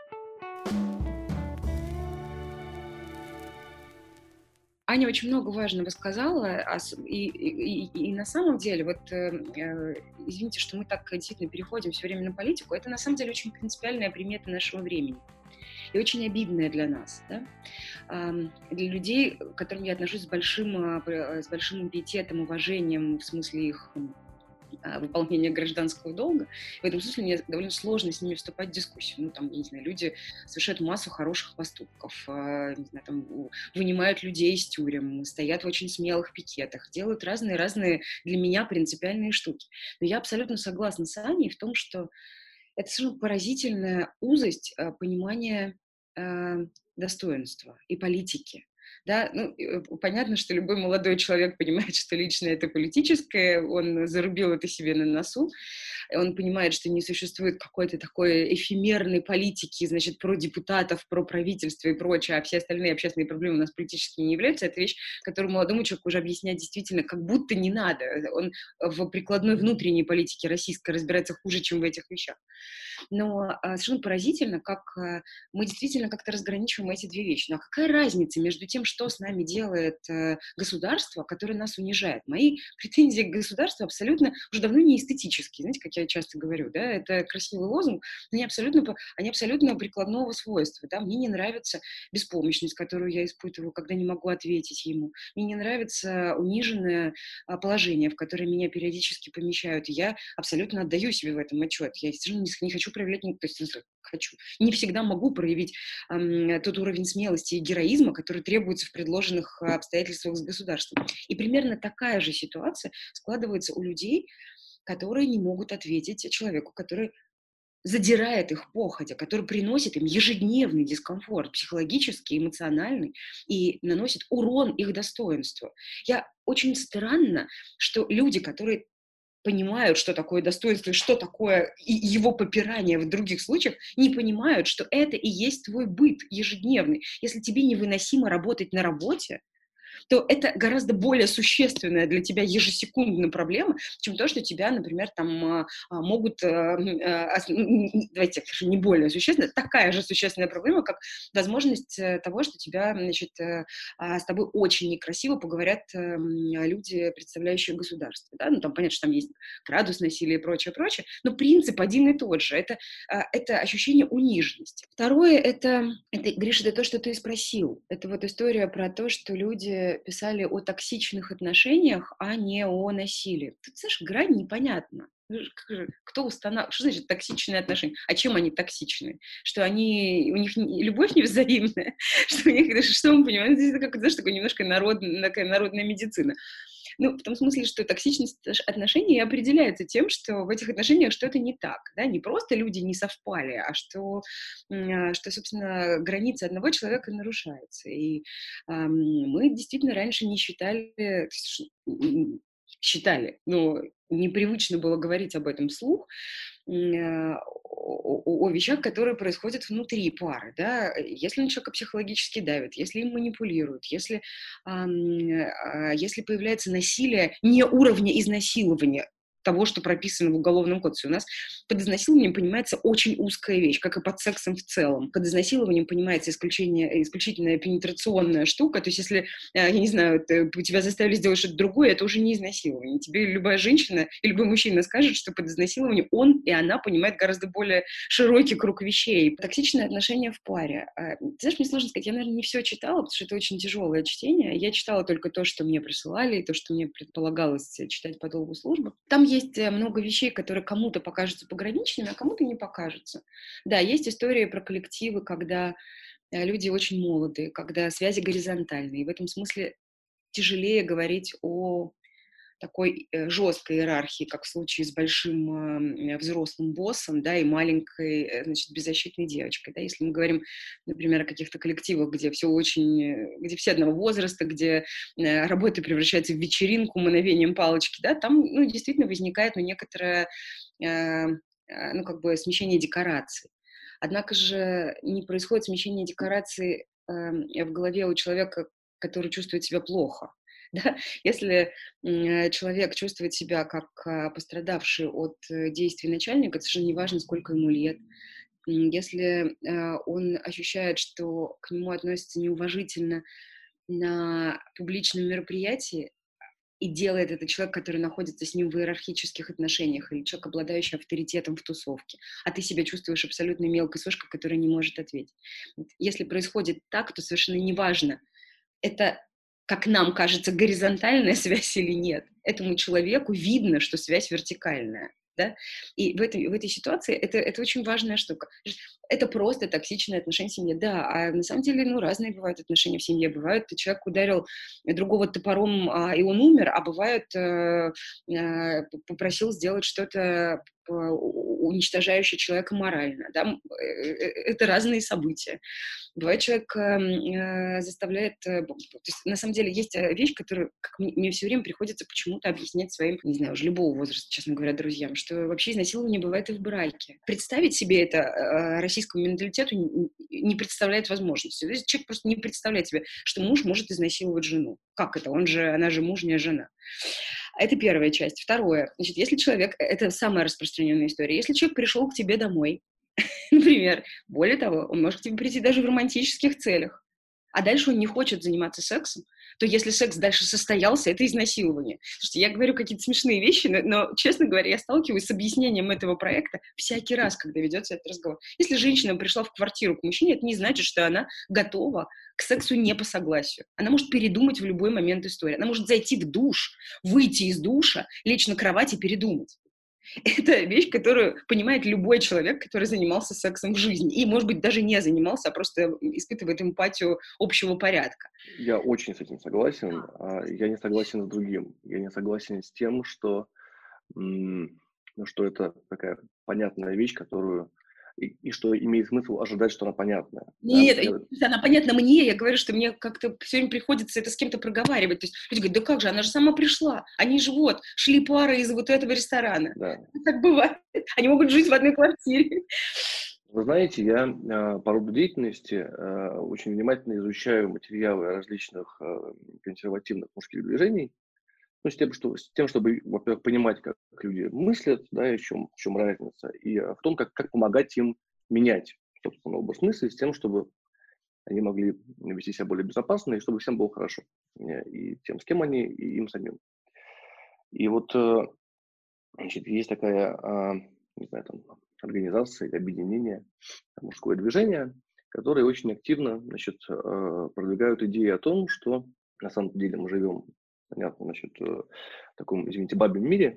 Аня очень много важного сказала, и на самом деле, вот, извините, что мы так действительно переходим все время на политику, это на самом деле очень принципиальная примета нашего времени и очень обидная для нас, да? Для людей, к которым я отношусь с большим пиететом, уважением в смысле их выполнения гражданского долга. В этом смысле мне довольно сложно с ними вступать в дискуссию. Ну, там, я не знаю, люди совершают массу хороших поступков, не знаю, там, вынимают людей из тюрем, стоят в очень смелых пикетах, делают разные для меня принципиальные штуки. Но я абсолютно согласна с Аней в том, что это совершенно поразительная узость понимания достоинства и политики. Да, ну, понятно, что любой молодой человек понимает, что личное — это политическое, он зарубил это себе на носу, он понимает, что не существует какой-то такой эфемерной политики, значит, про депутатов, про правительство и прочее, а все остальные общественные проблемы у нас политически не являются. Это вещь, которую молодому человеку уже объяснять действительно как будто не надо. Он в прикладной внутренней политике российской разбирается хуже, чем в этих вещах. Но совершенно поразительно, как мы действительно как-то разграничиваем эти две вещи. Ну а какая разница между тем, что с нами делает государство, которое нас унижает? Мои претензии к государству абсолютно уже давно не эстетические. Знаете, как я часто говорю, да, это красивый лозунг, но они абсолютно прикладного свойства. Да? Мне не нравится беспомощность, которую я испытываю, когда не могу ответить ему. Мне не нравится униженное положение, в которое меня периодически помещают. И я абсолютно отдаю себе в этом отчет. Я совершенно не хочу проявлять, то есть не всегда могу проявить тот уровень смелости и героизма, который требуется в предложенных обстоятельствах с государством. И примерно такая же ситуация складывается у людей, которые не могут ответить человеку, который задирает их походя, который приносит им ежедневный дискомфорт, психологический, эмоциональный, и наносит урон их достоинству. Очень странно, что люди, которые понимают, что такое достоинство и что такое его попирание в других случаях, не понимают, что это и есть твой быт ежедневный. Если тебе невыносимо работать на работе, то это гораздо более существенная для тебя ежесекундная проблема, чем то, что тебя, например, там могут, давайте скажу, не более существенная, такая же существенная проблема, как возможность того, что тебя, значит, с тобой очень некрасиво поговорят люди, представляющие государство. Да? Ну, там понятно, что там есть градус насилия и прочее, но принцип один и тот же. Это ощущение униженности. Второе, Гриша, это то, что ты спросил. Это вот история про то, что люди писали о токсичных отношениях, а не о насилии. Тут, знаешь, грань непонятна. Кто устанавливает? Что значит токсичные отношения? А чем они токсичны? Что у них любовь невзаимная? Что у них, что мы понимаем? Это как, знаешь, такое немножко такая народная медицина. Ну, в том смысле, что токсичность отношений определяется тем, что в этих отношениях что-то не так, да, не просто люди не совпали, а что, собственно, границы одного человека нарушаются. И мы действительно раньше не считали, но непривычно было говорить об этом вслух, о вещах, которые происходят внутри пары, да, если на человека психологически давят, если им манипулируют, если появляется насилие не уровня изнасилования, того, что прописано в Уголовном кодексе. У нас под изнасилованием понимается очень узкая вещь, как и под сексом в целом. Под изнасилованием понимается исключительно пенетрационная штука, то есть если, я не знаю, тебя заставили сделать что-то другое, это уже не изнасилование. Тебе любая женщина и любой мужчина скажет, что под изнасилованием он и она понимает гораздо более широкий круг вещей. Токсичные отношения в паре. Ты знаешь, мне сложно сказать, я, наверное, не все читала, потому что это очень тяжелое чтение. Я читала только то, что мне присылали, и то, что мне предполагалось читать по долгу службы. Там есть много вещей, которые кому-то покажутся пограничными, а кому-то не покажутся. Да, есть истории про коллективы, когда люди очень молодые, когда связи горизонтальные. И в этом смысле тяжелее говорить о такой жесткой иерархии, как в случае с большим взрослым боссом, да, и маленькой, значит, беззащитной девочкой, да, если мы говорим, например, о каких-то коллективах, где где все одного возраста, где работа превращается в вечеринку мановением палочки, да, там, действительно возникает, некоторое, смещение декораций. Однако же не происходит смещение декораций в голове у человека, который чувствует себя плохо. Да? Если человек чувствует себя как пострадавший от действий начальника, совершенно неважно, сколько ему лет. Если он ощущает, что к нему относятся неуважительно на публичном мероприятии, и делает это человек, который находится с ним в иерархических отношениях, или человек, обладающий авторитетом в тусовке, а ты себя чувствуешь абсолютно мелкой сошкой, которая не может ответить. Если происходит так, то совершенно неважно, это, как нам кажется, горизонтальная связь или нет. Этому человеку видно, что связь вертикальная. Да? И в этой ситуации это очень важная штука. Это просто токсичные отношения в семье. Да, а на самом деле, разные бывают отношения в семье. Бывает, человек ударил другого топором, и он умер, а бывает, попросил сделать что-то, уничтожающее человека морально. Да? Это разные события. Бывает, человек заставляет... То есть, на самом деле, есть вещь, которую мне все время приходится почему-то объяснять своим, не знаю, уже любого возраста, честно говоря, друзьям, что вообще изнасилование бывает и в браке. Представить себе это российскому менталитету не представляет возможности. То есть человек просто не представляет себе, что муж может изнасиловать жену. Как это? Она же мужняя жена. Это первая часть. Второе. Значит, если человек... Это самая распространенная история. Если человек пришел к тебе домой, например, более того, он может к тебе прийти даже в романтических целях, а дальше он не хочет заниматься сексом, то если секс дальше состоялся, это изнасилование. Слушайте, я говорю какие-то смешные вещи, но, честно говоря, я сталкиваюсь с объяснением этого проекта всякий раз, когда ведется этот разговор. Если женщина пришла в квартиру к мужчине, это не значит, что она готова к сексу не по согласию. Она может передумать в любой момент истории. Она может зайти в душ, выйти из душа, лечь на кровать и передумать. Это вещь, которую понимает любой человек, который занимался сексом в жизни. И, может быть, даже не занимался, а просто испытывает эмпатию общего порядка. Я очень с этим согласен. Я не согласен с другим. Я не согласен с тем, что это такая понятная вещь, которую... И что имеет смысл ожидать, что она понятная. Нет, да, она понятна мне. Я говорю, что мне как-то все время приходится это с кем-то проговаривать. То есть люди говорят, да как же, она же сама пришла. Они же шли пары из вот этого ресторана. Да. Так бывает. Они могут жить в одной квартире. Вы знаете, я по роду деятельности очень внимательно изучаю материалы различных консервативных мужских движений, с тем, чтобы, во-первых, понимать, как люди мыслят, да, и в чем разница, и в том, как помогать им менять, собственно, образ мысли, с тем, чтобы они могли вести себя более безопасно, и чтобы всем было хорошо. И тем, с кем они, и им самим. И вот, значит, есть такая, не знаю, там, организация или объединение, мужское движение, которые очень активно, значит, продвигают идеи о том, что на самом деле мы живем, понятно, значит, в таком, извините, бабьем мире,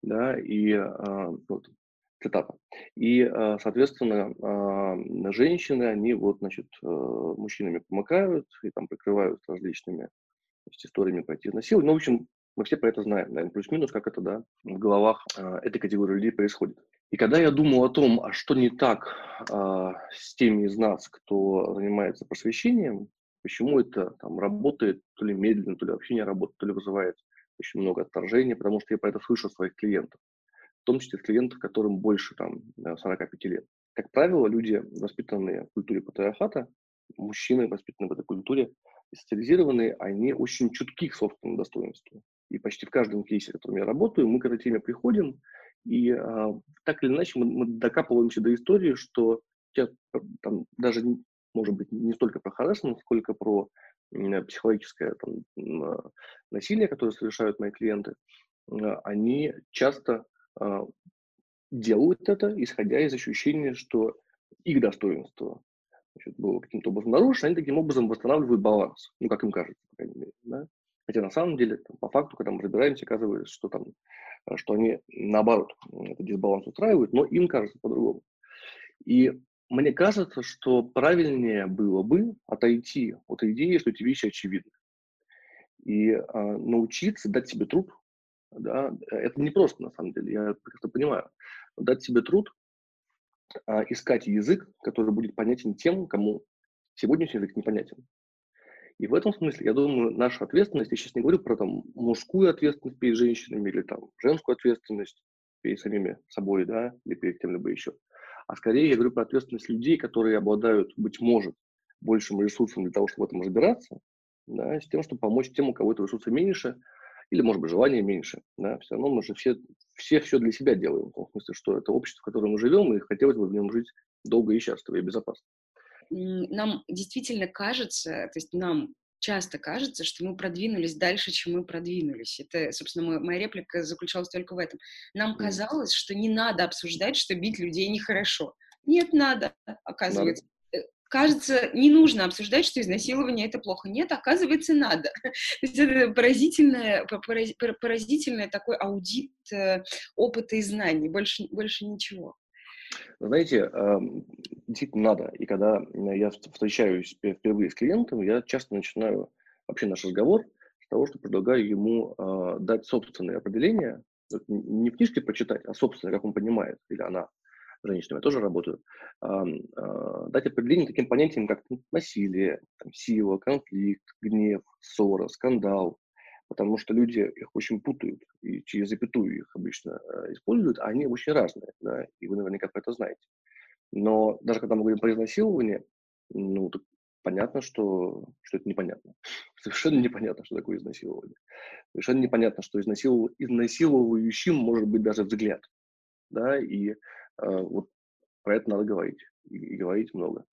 да, и вот, цитата. И, соответственно, женщины, они вот, значит, мужчинами помыкают и там прикрывают различными, значит, историями про эти изнасилования. Ну, в общем, мы все про это знаем, наверное, плюс-минус, как это, да, в головах этой категории людей происходит. И когда я думал о том, а что не так с теми из нас, кто занимается просвещением, почему это там работает то ли медленно, то ли вообще не работает, то ли вызывает очень много отторжения, потому что я про это слышу от своих клиентов, в том числе от клиентов, которым больше там 45 лет. Как правило, люди, воспитанные в культуре патриархата, мужчины, воспитанные в этой культуре, социализированные, они очень чутки к собственному достоинству. И почти в каждом кейсе, в котором я работаю, мы к этой теме приходим, и так или иначе мы докапываемся до истории, что там даже, может быть, не столько про харассмент, сколько про психологическое там, насилие, которое совершают мои клиенты, они часто делают это, исходя из ощущения, что их достоинство, значит, было каким-то образом нарушено, они таким образом восстанавливают баланс, ну, как им кажется, по крайней мере, да? Хотя на самом деле, там, по факту, когда мы разбираемся, оказывается, что они, наоборот, этот дисбаланс устраивают, но им кажется по-другому. И мне кажется, что правильнее было бы отойти от идеи, что эти вещи очевидны, и научиться дать себе труд, да, это не просто, на самом деле, я прекрасно понимаю, дать себе труд, искать язык, который будет понятен тем, кому сегодняшний язык непонятен. И в этом смысле, я думаю, наша ответственность, я сейчас не говорю про там мужскую ответственность перед женщинами или там женскую ответственность перед самими собой, да, или перед кем-либо еще, а скорее я говорю про ответственность людей, которые обладают, быть может, большим ресурсом для того, чтобы в этом разбираться, да, с тем, чтобы помочь тем, у кого этого ресурса меньше, или, может быть, желания меньше, да, все равно мы же все для себя делаем, в том смысле, что это общество, в котором мы живем, и хотелось бы в нем жить долго и счастливо, и безопасно. Нам действительно кажется, то есть нам часто кажется, что мы продвинулись дальше, чем мы продвинулись. Это, собственно, моя реплика заключалась только в этом. Нам казалось, что не надо обсуждать, что бить людей нехорошо. Нет, надо, оказывается. Кажется, не нужно обсуждать, что изнасилование – это плохо. Нет, оказывается, надо. То есть это поразительный такой аудит опыта и знаний, больше ничего. Знаете, действительно надо. И когда я встречаюсь впервые с клиентом, я часто начинаю вообще наш разговор с того, что предлагаю ему дать собственное определение, не в книжке прочитать, а собственное, как он понимает, или она, женщина, я тоже работаю, дать определение таким понятиям, как насилие, там, сила, конфликт, гнев, ссора, скандал, потому что люди их очень путают и через запятую их обычно используют, а они очень разные, да, и вы наверняка про это знаете. Но даже когда мы говорим про изнасилование, ну, так понятно, что это непонятно. Совершенно непонятно, что такое изнасилование. Совершенно непонятно, что изнасилующим может быть даже взгляд, да, и вот про это надо говорить, и говорить много.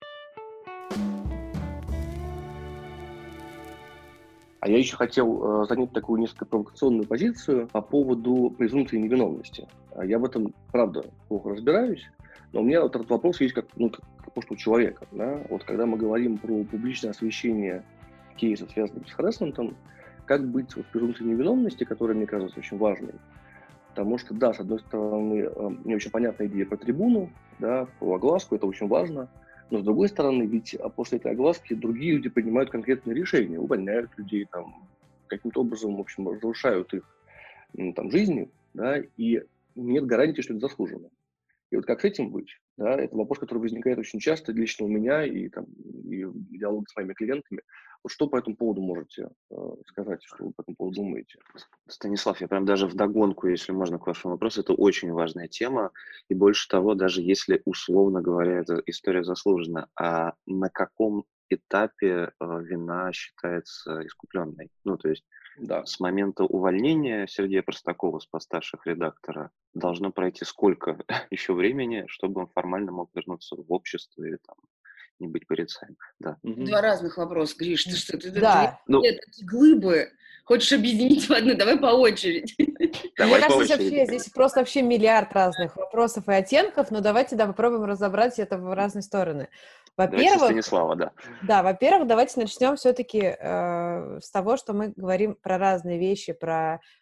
А я еще хотел занять такую несколько провокационную позицию по поводу презумпции невиновности. Я в этом, правда, плохо разбираюсь, но у меня вот этот вопрос есть как у человека. Да? Вот когда мы говорим про публичное освещение кейсов, связанных с харассментом, как быть с презумпцией невиновности, которая, мне кажется, очень важной. Потому что, да, с одной стороны, мне очень понятна идея про трибуну, да, про огласку, это очень важно. Но, с другой стороны, ведь после этой огласки другие люди принимают конкретные решения, увольняют людей, там, каким-то образом, в общем, разрушают их там, жизни, да, и нет гарантии, что это заслуженно. И вот как с этим быть? Да, это вопрос, который возникает очень часто лично у меня и в диалоге с моими клиентами. Вот что по этому поводу можете сказать, что вы по этому поводу думаете? Станислав, я прям даже вдогонку, если можно, к вашему вопросу, это очень важная тема. И больше того, даже если, условно говоря, эта история заслужена, а на каком этапе вина считается искупленной? Ну, то есть да. С момента увольнения Сергея Простакова с поста шеф-редактора должно пройти сколько еще времени, чтобы он формально мог вернуться в общество или там не быть порицаем. Да. Два разных вопроса, Гриш. Ты что, ты глыбы хочешь объединить в одну? Давай по очереди. Мне кажется, здесь просто миллиард разных вопросов и оттенков, но давайте попробуем разобрать это в разные стороны. Во-первых, Станислава, да. Да, во-первых, давайте начнем все-таки с того, что мы говорим про разные вещи, про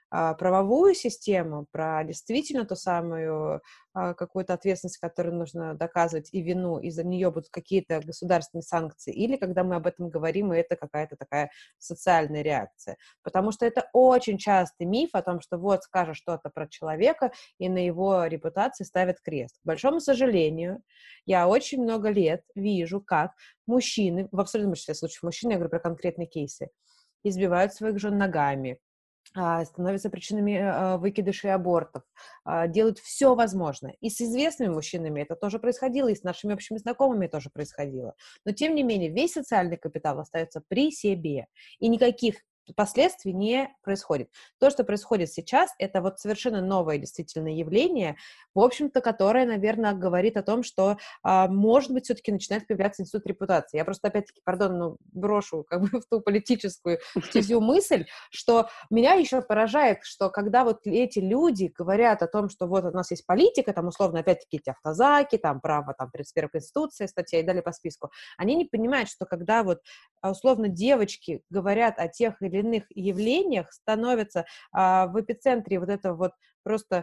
правовую систему, про действительно ту самую какую-то ответственность, которую нужно доказывать, и вину, и за нее будут какие-то государственные санкции, или когда мы об этом говорим, и это какая-то такая социальная реакция. Потому что это очень частый миф о том, что вот скажешь что-то про человека, и на его репутации ставят крест. К большому сожалению, я очень много лет вижу, как мужчины, в абсолютном большинстве случаев мужчины, я говорю про конкретные кейсы, избивают своих жен ногами, становятся причинами выкидышей абортов, делают все возможное. И с известными мужчинами это тоже происходило, и с нашими общими знакомыми тоже происходило. Но, тем не менее, весь социальный капитал остается при себе, и никаких последствий не происходит. То, что происходит сейчас, это вот совершенно новое действительно явление, в общем-то, которое, наверное, говорит о том, что, может быть, все-таки начинает появляться институт репутации. Я просто, опять-таки, брошу как бы в ту политическую стезю мысль, что меня еще поражает, что когда вот эти люди говорят о том, что вот у нас есть политика, там, условно, опять-таки, эти автозаки, там, право, там, 31 Конституция, статья и далее по списку, они не понимают, что когда вот, условно, девочки говорят о тех или иных явлениях, становятся в эпицентре вот этого вот просто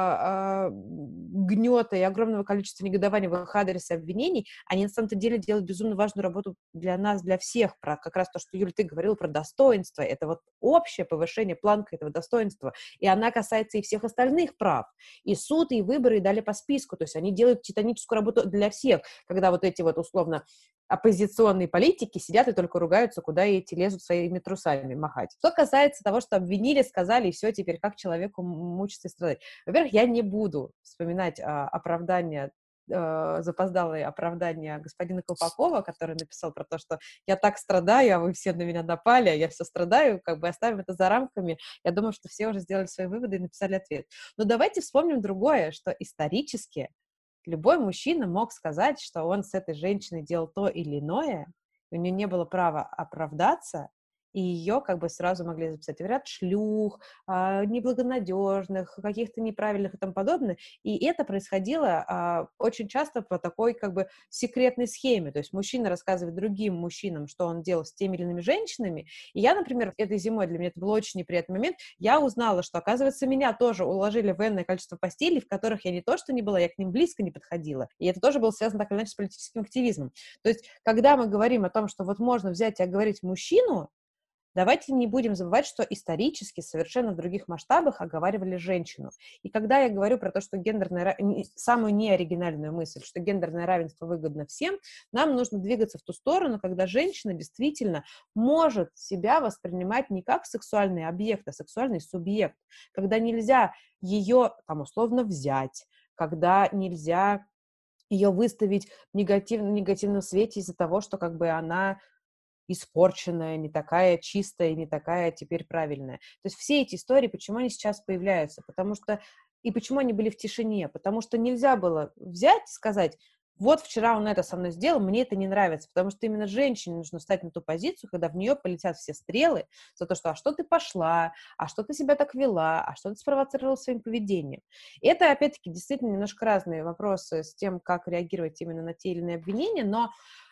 гнета и огромного количества негодования в их адрес и обвинений, они на самом-то деле делают безумно важную работу для нас, для всех, про как раз то, что, Юля, ты говорила про достоинство, это вот общее повышение планка этого достоинства, и она касается и всех остальных прав, и суд, и выборы, и далее по списку, то есть они делают титаническую работу для всех, когда вот эти вот, условно, оппозиционные политики сидят и только ругаются, куда эти лезут своими трусами махать. Что касается того, что обвинили, сказали, и все, теперь как человеку мучиться и страдать. Во-первых, я не буду вспоминать оправдания, запоздалые оправдания господина Колпакова, который написал про то, что я так страдаю, а вы все на меня напали, а я все страдаю, как бы оставим это за рамками. Я думаю, что все уже сделали свои выводы и написали ответ. Но давайте вспомним другое, что исторически любой мужчина мог сказать, что он с этой женщиной делал то или иное, у нее не было права оправдаться, и ее как бы сразу могли записать в ряд шлюх, неблагонадежных, каких-то неправильных и тому подобное. И это происходило очень часто по такой как бы секретной схеме. То есть мужчина рассказывает другим мужчинам, что он делал с теми или иными женщинами. И я, например, этой зимой, для меня это был очень неприятный момент, я узнала, что, оказывается, меня тоже уложили в энное количество постелей, в которых я не то что не была, я к ним близко не подходила. И это тоже было связано так или иначе с политическим активизмом. То есть, когда мы говорим о том, что вот можно взять и оговорить мужчину, давайте не будем забывать, что исторически совершенно в других масштабах оговаривали женщину. И когда я говорю про то, что самую неоригинальную мысль, что гендерное равенство выгодно всем, нам нужно двигаться в ту сторону, когда женщина действительно может себя воспринимать не как сексуальный объект, а сексуальный субъект, когда нельзя ее, там, условно взять, когда нельзя ее выставить в негативном свете из-за того, что как бы она испорченная, не такая чистая, не такая теперь правильная. То есть все эти истории, почему они сейчас появляются? Потому что, и почему они были в тишине? Потому что нельзя было взять и сказать, вот вчера он это со мной сделал, мне это не нравится, потому что именно женщине нужно встать на ту позицию, когда в нее полетят все стрелы за то, что а что ты пошла, а что ты себя так вела, а что ты спровоцировала своим поведением. И это, опять-таки, действительно немножко разные вопросы с тем, как реагировать именно на те или иные обвинения, но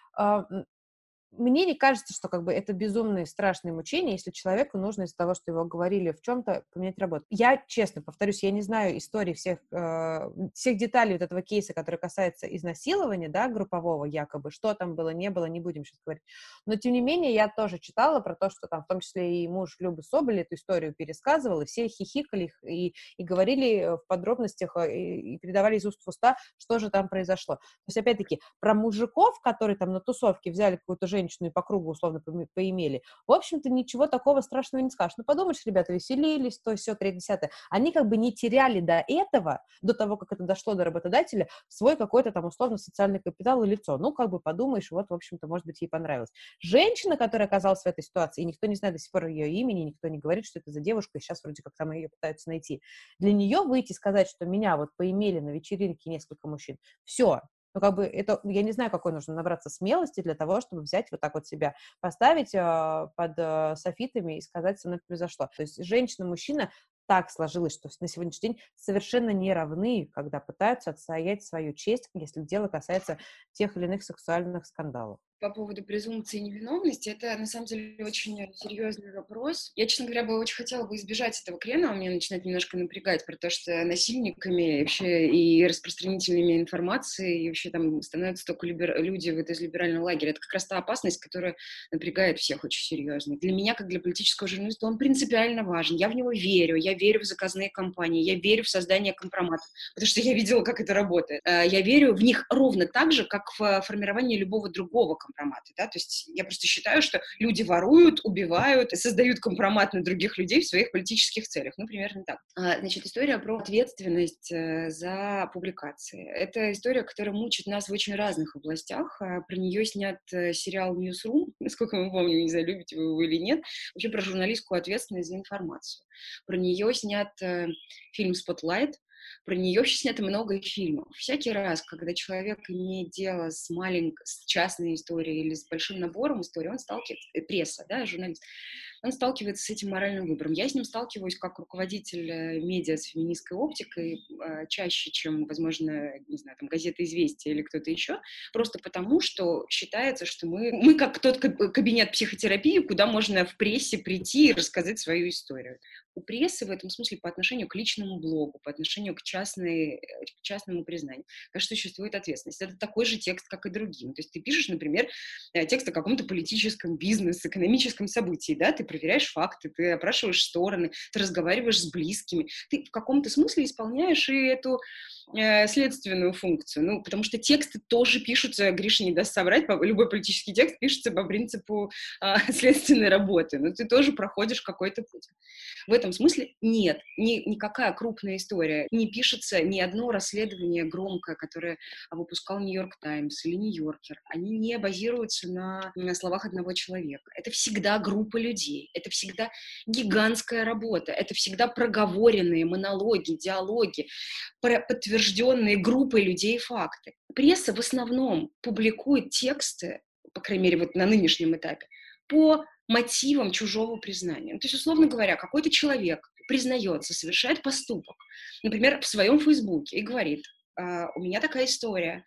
мне не кажется, что как бы это безумные страшные мучения, если человеку нужно из-за того, что его говорили в чем-то, поменять работу. Я, честно повторюсь, я не знаю истории всех деталей вот этого кейса, который касается изнасилования, да, группового якобы, что там было, не будем сейчас говорить. Но, тем не менее, я тоже читала про то, что там в том числе и муж Любы Соболь эту историю пересказывал, и все хихикали и говорили в подробностях, и передавали из уст в уста, что же там произошло. То есть, опять-таки, про мужиков, которые там на тусовке взяли какую-то женщину и по кругу условно поимели, в общем-то, ничего такого страшного не скажешь. Ну, подумаешь, ребята веселились, то все, 3-10. Они как бы не теряли до этого, до того, как это дошло до работодателя, свой какой-то там условно социальный капитал и лицо. Ну, как бы подумаешь, вот, в общем-то, может быть, ей понравилось. Женщина, которая оказалась в этой ситуации, и никто не знает до сих пор ее имени, никто не говорит, что это за девушка, и сейчас вроде как там ее пытаются найти. Для нее выйти и сказать, что меня вот поимели на вечеринке несколько мужчин, все. Ну, как бы это, я не знаю, какой нужно набраться смелости для того, чтобы взять вот так вот себя, поставить под софитами и сказать, со мной это произошло. То есть женщина, мужчина, так сложилось, что на сегодняшний день совершенно не равны, когда пытаются отстоять свою честь, если дело касается тех или иных сексуальных скандалов. По поводу презумпции невиновности, это на самом деле очень серьезный вопрос. Я, честно говоря, бы очень хотела бы избежать этого крена, он меня начинает немножко напрягать, про то, что насильниками вообще и распространителями информации и вообще там становятся только люди вот из либерального лагеря. Это как раз та опасность, которая напрягает всех очень серьезно. Для меня, как для политического журналиста, он принципиально важен. Я в него верю, я верю в заказные кампании, я верю в создание компроматов, потому что я видела, как это работает. Я верю в них ровно так же, как в формировании любого другого компромата, да, то есть я просто считаю, что люди воруют, убивают, создают компромат на других людей в своих политических целях, ну, примерно так. Значит, история про ответственность за публикации. Это история, которая мучит нас в очень разных областях, про нее снят сериал «Ньюсрум», насколько мы помним, не знаю, любите вы его или нет, вообще про журналистскую ответственность за информацию. Про нее снят фильм «Спотлайт», про нее вообще снято много фильмов. Всякий раз, когда человек имеет дело с с частной историей или с большим набором историй, он сталкивается, пресса, да, журналист, он сталкивается с этим моральным выбором. Я с ним сталкиваюсь как руководитель медиа с феминистской оптикой чаще, чем, возможно, не знаю, там, газета «Известия» или кто-то еще, просто потому, что считается, что мы как тот кабинет психотерапии, куда можно в прессе прийти и рассказать свою историю. У прессы в этом смысле по отношению к личному блогу, по отношению к частному признанию, конечно, существует ответственность. Это такой же текст, как и другим. То есть ты пишешь, например, текст о каком-то политическом, экономическом событии, да, ты проверяешь факты, ты опрашиваешь стороны, ты разговариваешь с близкими, ты в каком-то смысле исполняешь и эту следственную функцию. Ну, потому что тексты тоже пишутся, Гриша не даст соврать, любой политический текст пишется по принципу следственной работы, но ты тоже проходишь какой-то путь. В этом смысле нет, никакая крупная история не пишется, ни одно расследование громкое, которое выпускал Нью-Йорк Таймс или Нью-Йоркер, они не базируются на словах одного человека. Это всегда группа людей, это всегда гигантская работа, это всегда проговоренные монологи, диалоги, подтвержденные группой людей факты. Пресса в основном публикует тексты, по крайней мере, вот на нынешнем этапе, по мотивам чужого признания. То есть, условно говоря, какой-то человек признается, совершает поступок, например, в своем Фейсбуке и говорит: у меня такая история,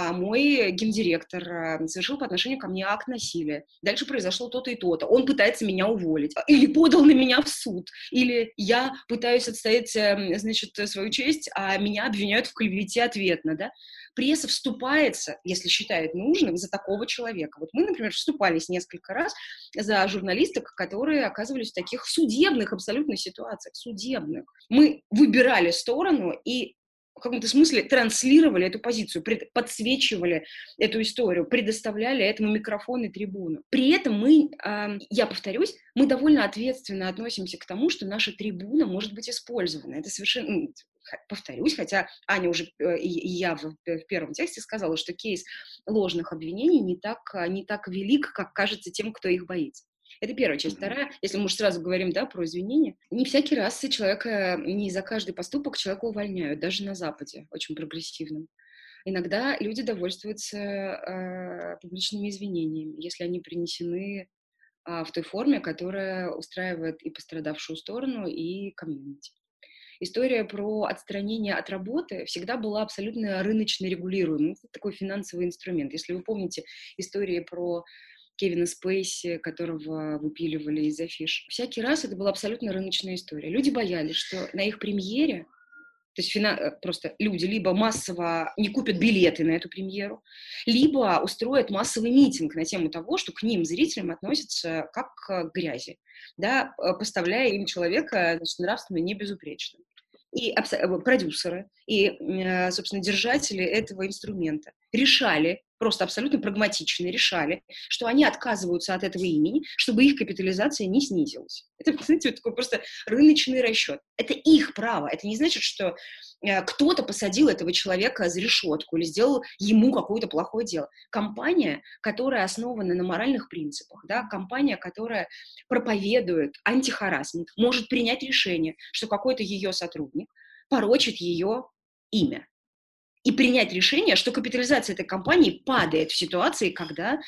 мой гендиректор совершил по отношению ко мне акт насилия, дальше произошло то-то и то-то, он пытается меня уволить, или подал на меня в суд, или я пытаюсь отстоять, значит, свою честь, а меня обвиняют в клевете ответно, да? Пресса вступается, если считает нужным, за такого человека. Вот мы, например, вступались несколько раз за журналисток, которые оказывались в таких судебных абсолютно ситуациях, судебных. Мы выбирали сторону и в каком-то смысле транслировали эту позицию, подсвечивали эту историю, предоставляли этому микрофон и трибуну. При этом мы, я повторюсь, мы довольно ответственно относимся к тому, что наша трибуна может быть использована. Это совершенно, повторюсь, хотя Аня уже и я в первом тексте сказала, что кейс ложных обвинений не так велик, как кажется тем, кто их боится. Это первая часть. Вторая, если мы уже сразу говорим, да, про извинения, не всякий раз человека, не за каждый поступок человека увольняют, даже на Западе, очень прогрессивном. Иногда люди довольствуются публичными извинениями, если они принесены в той форме, которая устраивает и пострадавшую сторону, и комьюнити. История про отстранение от работы всегда была абсолютно рыночно регулируемой. Это такой финансовый инструмент. Если вы помните истории про Кевина Спейси, которого выпиливали из афиш. Всякий раз это была абсолютно рыночная история. Люди боялись, что на их премьере, то есть просто люди либо массово не купят билеты на эту премьеру, либо устроят массовый митинг на тему того, что к ним, зрителям, относятся как к грязи, да, поставляя им человека, значит, нравственно небезупречным. И продюсеры, и, собственно, держатели этого инструмента решали, просто абсолютно прагматично решали, что они отказываются от этого имени, чтобы их капитализация не снизилась. Это, знаете, такой просто рыночный расчет. Это их право. Это не значит, что кто-то посадил этого человека за решетку или сделал ему какое-то плохое дело. Компания, которая основана на моральных принципах, да, компания, которая проповедует антихарассмент, может принять решение, что какой-то ее сотрудник порочит ее имя. И принять решение, что капитализация этой компании падает в ситуации, когда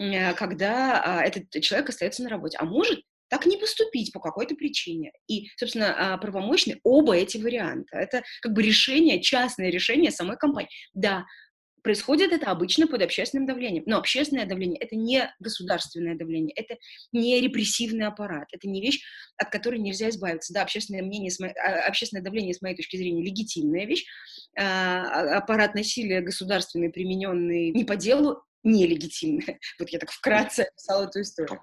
этот человек остается на работе. А может так не поступить по какой-то причине. И, собственно, правомочны оба эти варианта. Это как бы решение, частное решение самой компании. Да, Происходит это обычно под общественным давлением. Но общественное давление – это не государственное давление, это не репрессивный аппарат, это не вещь, от которой нельзя избавиться. Да, общественное давление, с моей точки зрения, легитимная вещь. Аппарат насилия государственный, примененный не по делу, нелегитимный. Вот я так вкратце описала эту историю.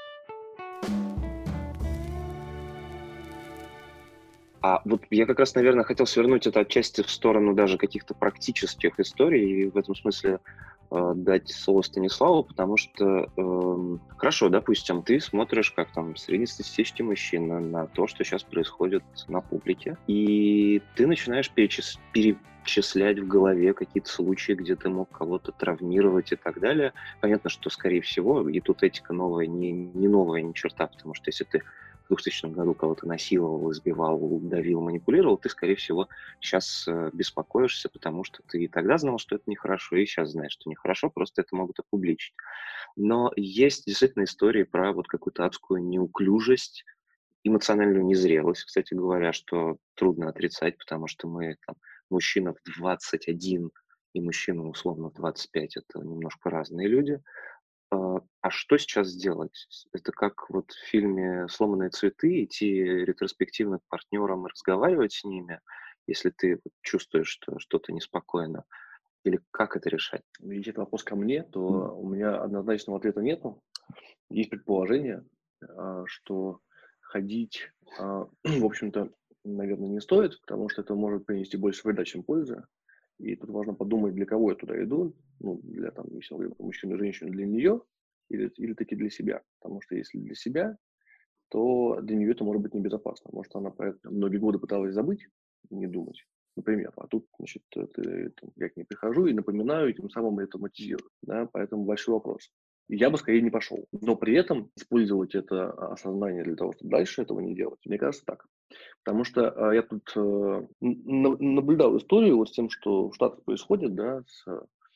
А вот я как раз, наверное, хотел свернуть это отчасти в сторону даже каких-то практических историй и в этом смысле дать слово Станиславу, потому что, хорошо, допустим, ты смотришь, как там среднестатистический мужчина на то, что сейчас происходит на публике, и ты начинаешь перечислять в голове какие-то случаи, где ты мог кого-то травмировать и так далее. Понятно, что, скорее всего, и тут этика новая, не новая ни черта, потому что если ты в 2000 году кого-то насиловал, избивал, давил, манипулировал, ты, скорее всего, сейчас беспокоишься, потому что ты и тогда знал, что это нехорошо, и сейчас знаешь, что нехорошо, просто это могут опубличить. Но есть действительно истории про вот какую-то адскую неуклюжесть, эмоциональную незрелость, кстати говоря, что трудно отрицать, потому что мы, там, мужчина в 21 и мужчина, условно, в 25 – это немножко разные люди. А что сейчас сделать? Это как вот в фильме «Сломанные цветы» идти ретроспективно к партнерам и разговаривать с ними, если ты чувствуешь, что что-то неспокойно? Или как это решать? Если это вопрос ко мне, то у меня однозначного ответа нету. Есть предположение, что ходить, в общем-то, наверное, не стоит, потому что это может принести больше вреда, чем пользы. И тут важно подумать, для кого я туда иду. Ну, для, там, если мы говорим про мужчину и женщину, для нее или таки для себя. Потому что если для себя, то для нее это может быть небезопасно. Может, она про это многие годы пыталась забыть, не думать, например. А тут, значит, я к ней прихожу и напоминаю, и тем самым это мотивирую. Да? Поэтому большой вопрос. Я бы скорее не пошел. Но при этом использовать это осознание для того, чтобы дальше этого не делать, мне кажется, так. Потому что я тут наблюдал историю вот с тем, что в Штатах происходит, да, с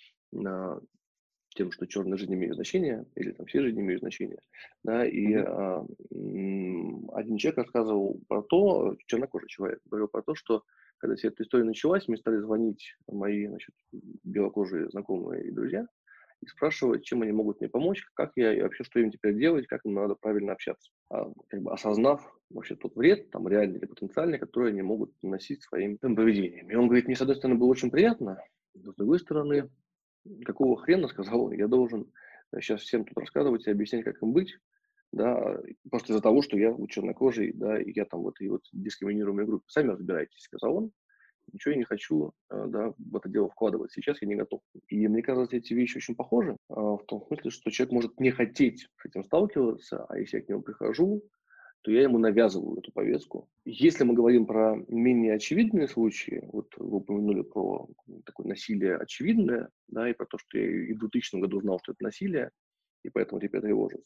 тем, что черная жизнь имеет значение, или там все жизни имеют значение, да, и один человек рассказывал про то, чернокожий человек, говорил про то, что когда вся эта история началась, мне стали звонить мои, значит, белокожие знакомые и друзья, и спрашивать, чем они могут мне помочь, как я и вообще, что им теперь делать, как им надо правильно общаться. Как бы осознав вообще тот вред, там, реальный или потенциальный, который они могут наносить своим поведением. И он говорит, мне, с одной стороны, было очень приятно, но с другой стороны, какого хрена, сказал он, я должен сейчас всем тут рассказывать и объяснять, как им быть, да, просто из-за того, что я чернокожий, да, и я там вот, и вот дискриминируемой группе. Сами разбирайтесь, сказал он. Ничего я не хочу, да, в это дело вкладывать. Сейчас я не готов. И мне кажется, эти вещи очень похожи, в том смысле, что человек может не хотеть с этим сталкиваться, а если я к нему прихожу, то я ему навязываю эту повестку. Если мы говорим про менее очевидные случаи, вот вы упомянули про такое насилие очевидное, да, и про то, что я и в 2000 году знал, что это насилие, и поэтому теперь тревожусь.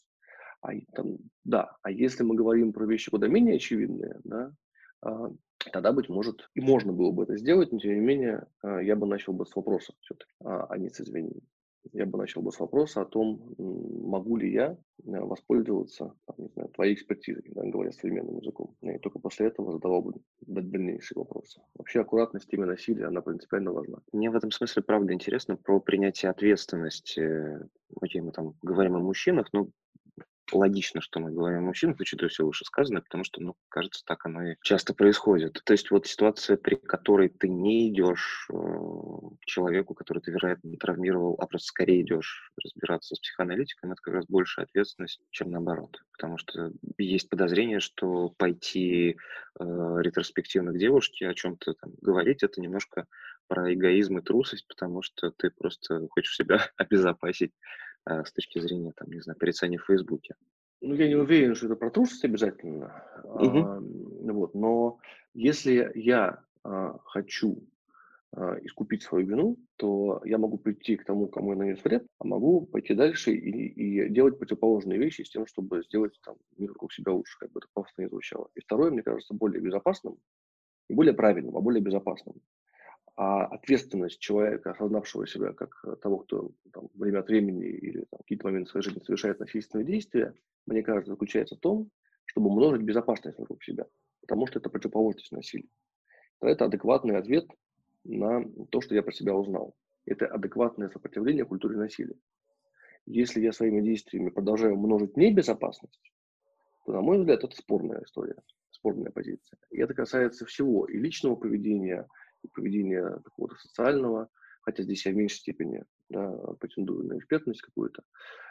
А если мы говорим про вещи куда менее очевидные, да, тогда, быть может, и можно было бы это сделать, но, тем не менее, я бы начал бы с вопроса все-таки, а не с извинений. Я бы начал бы с вопроса о том, могу ли я воспользоваться, там, не знаю, твоей экспертизой, да, говоря современным языком. И только после этого задавал бы дальнейшие вопросы. Вообще аккуратность в теме насилия, она принципиально важна. Мне в этом смысле, правда, интересно про принятие ответственности. Окей, мы там говорим о мужчинах, но логично, что мы говорим о мужчинах, учитывая все вышесказанное, потому что, кажется, так оно и часто происходит. То есть вот ситуация, при которой ты не идешь к человеку, который ты, вероятно, не травмировал, а просто скорее идешь разбираться с психоаналитиком, это как раз большая ответственность, чем наоборот. Потому что есть подозрение, что пойти ретроспективно к девушке, о чем-то там говорить, это немножко про эгоизм и трусость, потому что ты просто хочешь себя обезопасить с точки зрения, там, не знаю, порицания в Фейсбуке. Я не уверен, что это про трусость обязательно. Вот, но если я хочу искупить свою вину, то я могу прийти к тому, кому я нанес вред, а могу пойти дальше и делать противоположные вещи с тем, чтобы сделать там мир вокруг себя лучше, как бы это пафосно не звучало. И второе, мне кажется, более безопасным, не более правильным, а более безопасным. А ответственность человека, осознавшего себя как того, кто там, время от времени или там, какие-то моменты своей жизни совершает насильственные действия, мне кажется, заключается в том, чтобы умножить безопасность вокруг себя, потому что это противоположность насилию. Это адекватный ответ на то, что я про себя узнал. это адекватное сопротивление культуре насилия. Если я своими действиями продолжаю множить небезопасность, то, на мой взгляд, это спорная история, спорная позиция. И это касается всего, и личного поведения, и поведения такого социального, хотя здесь я в меньшей степени, да, претендую на экспертность какую-то.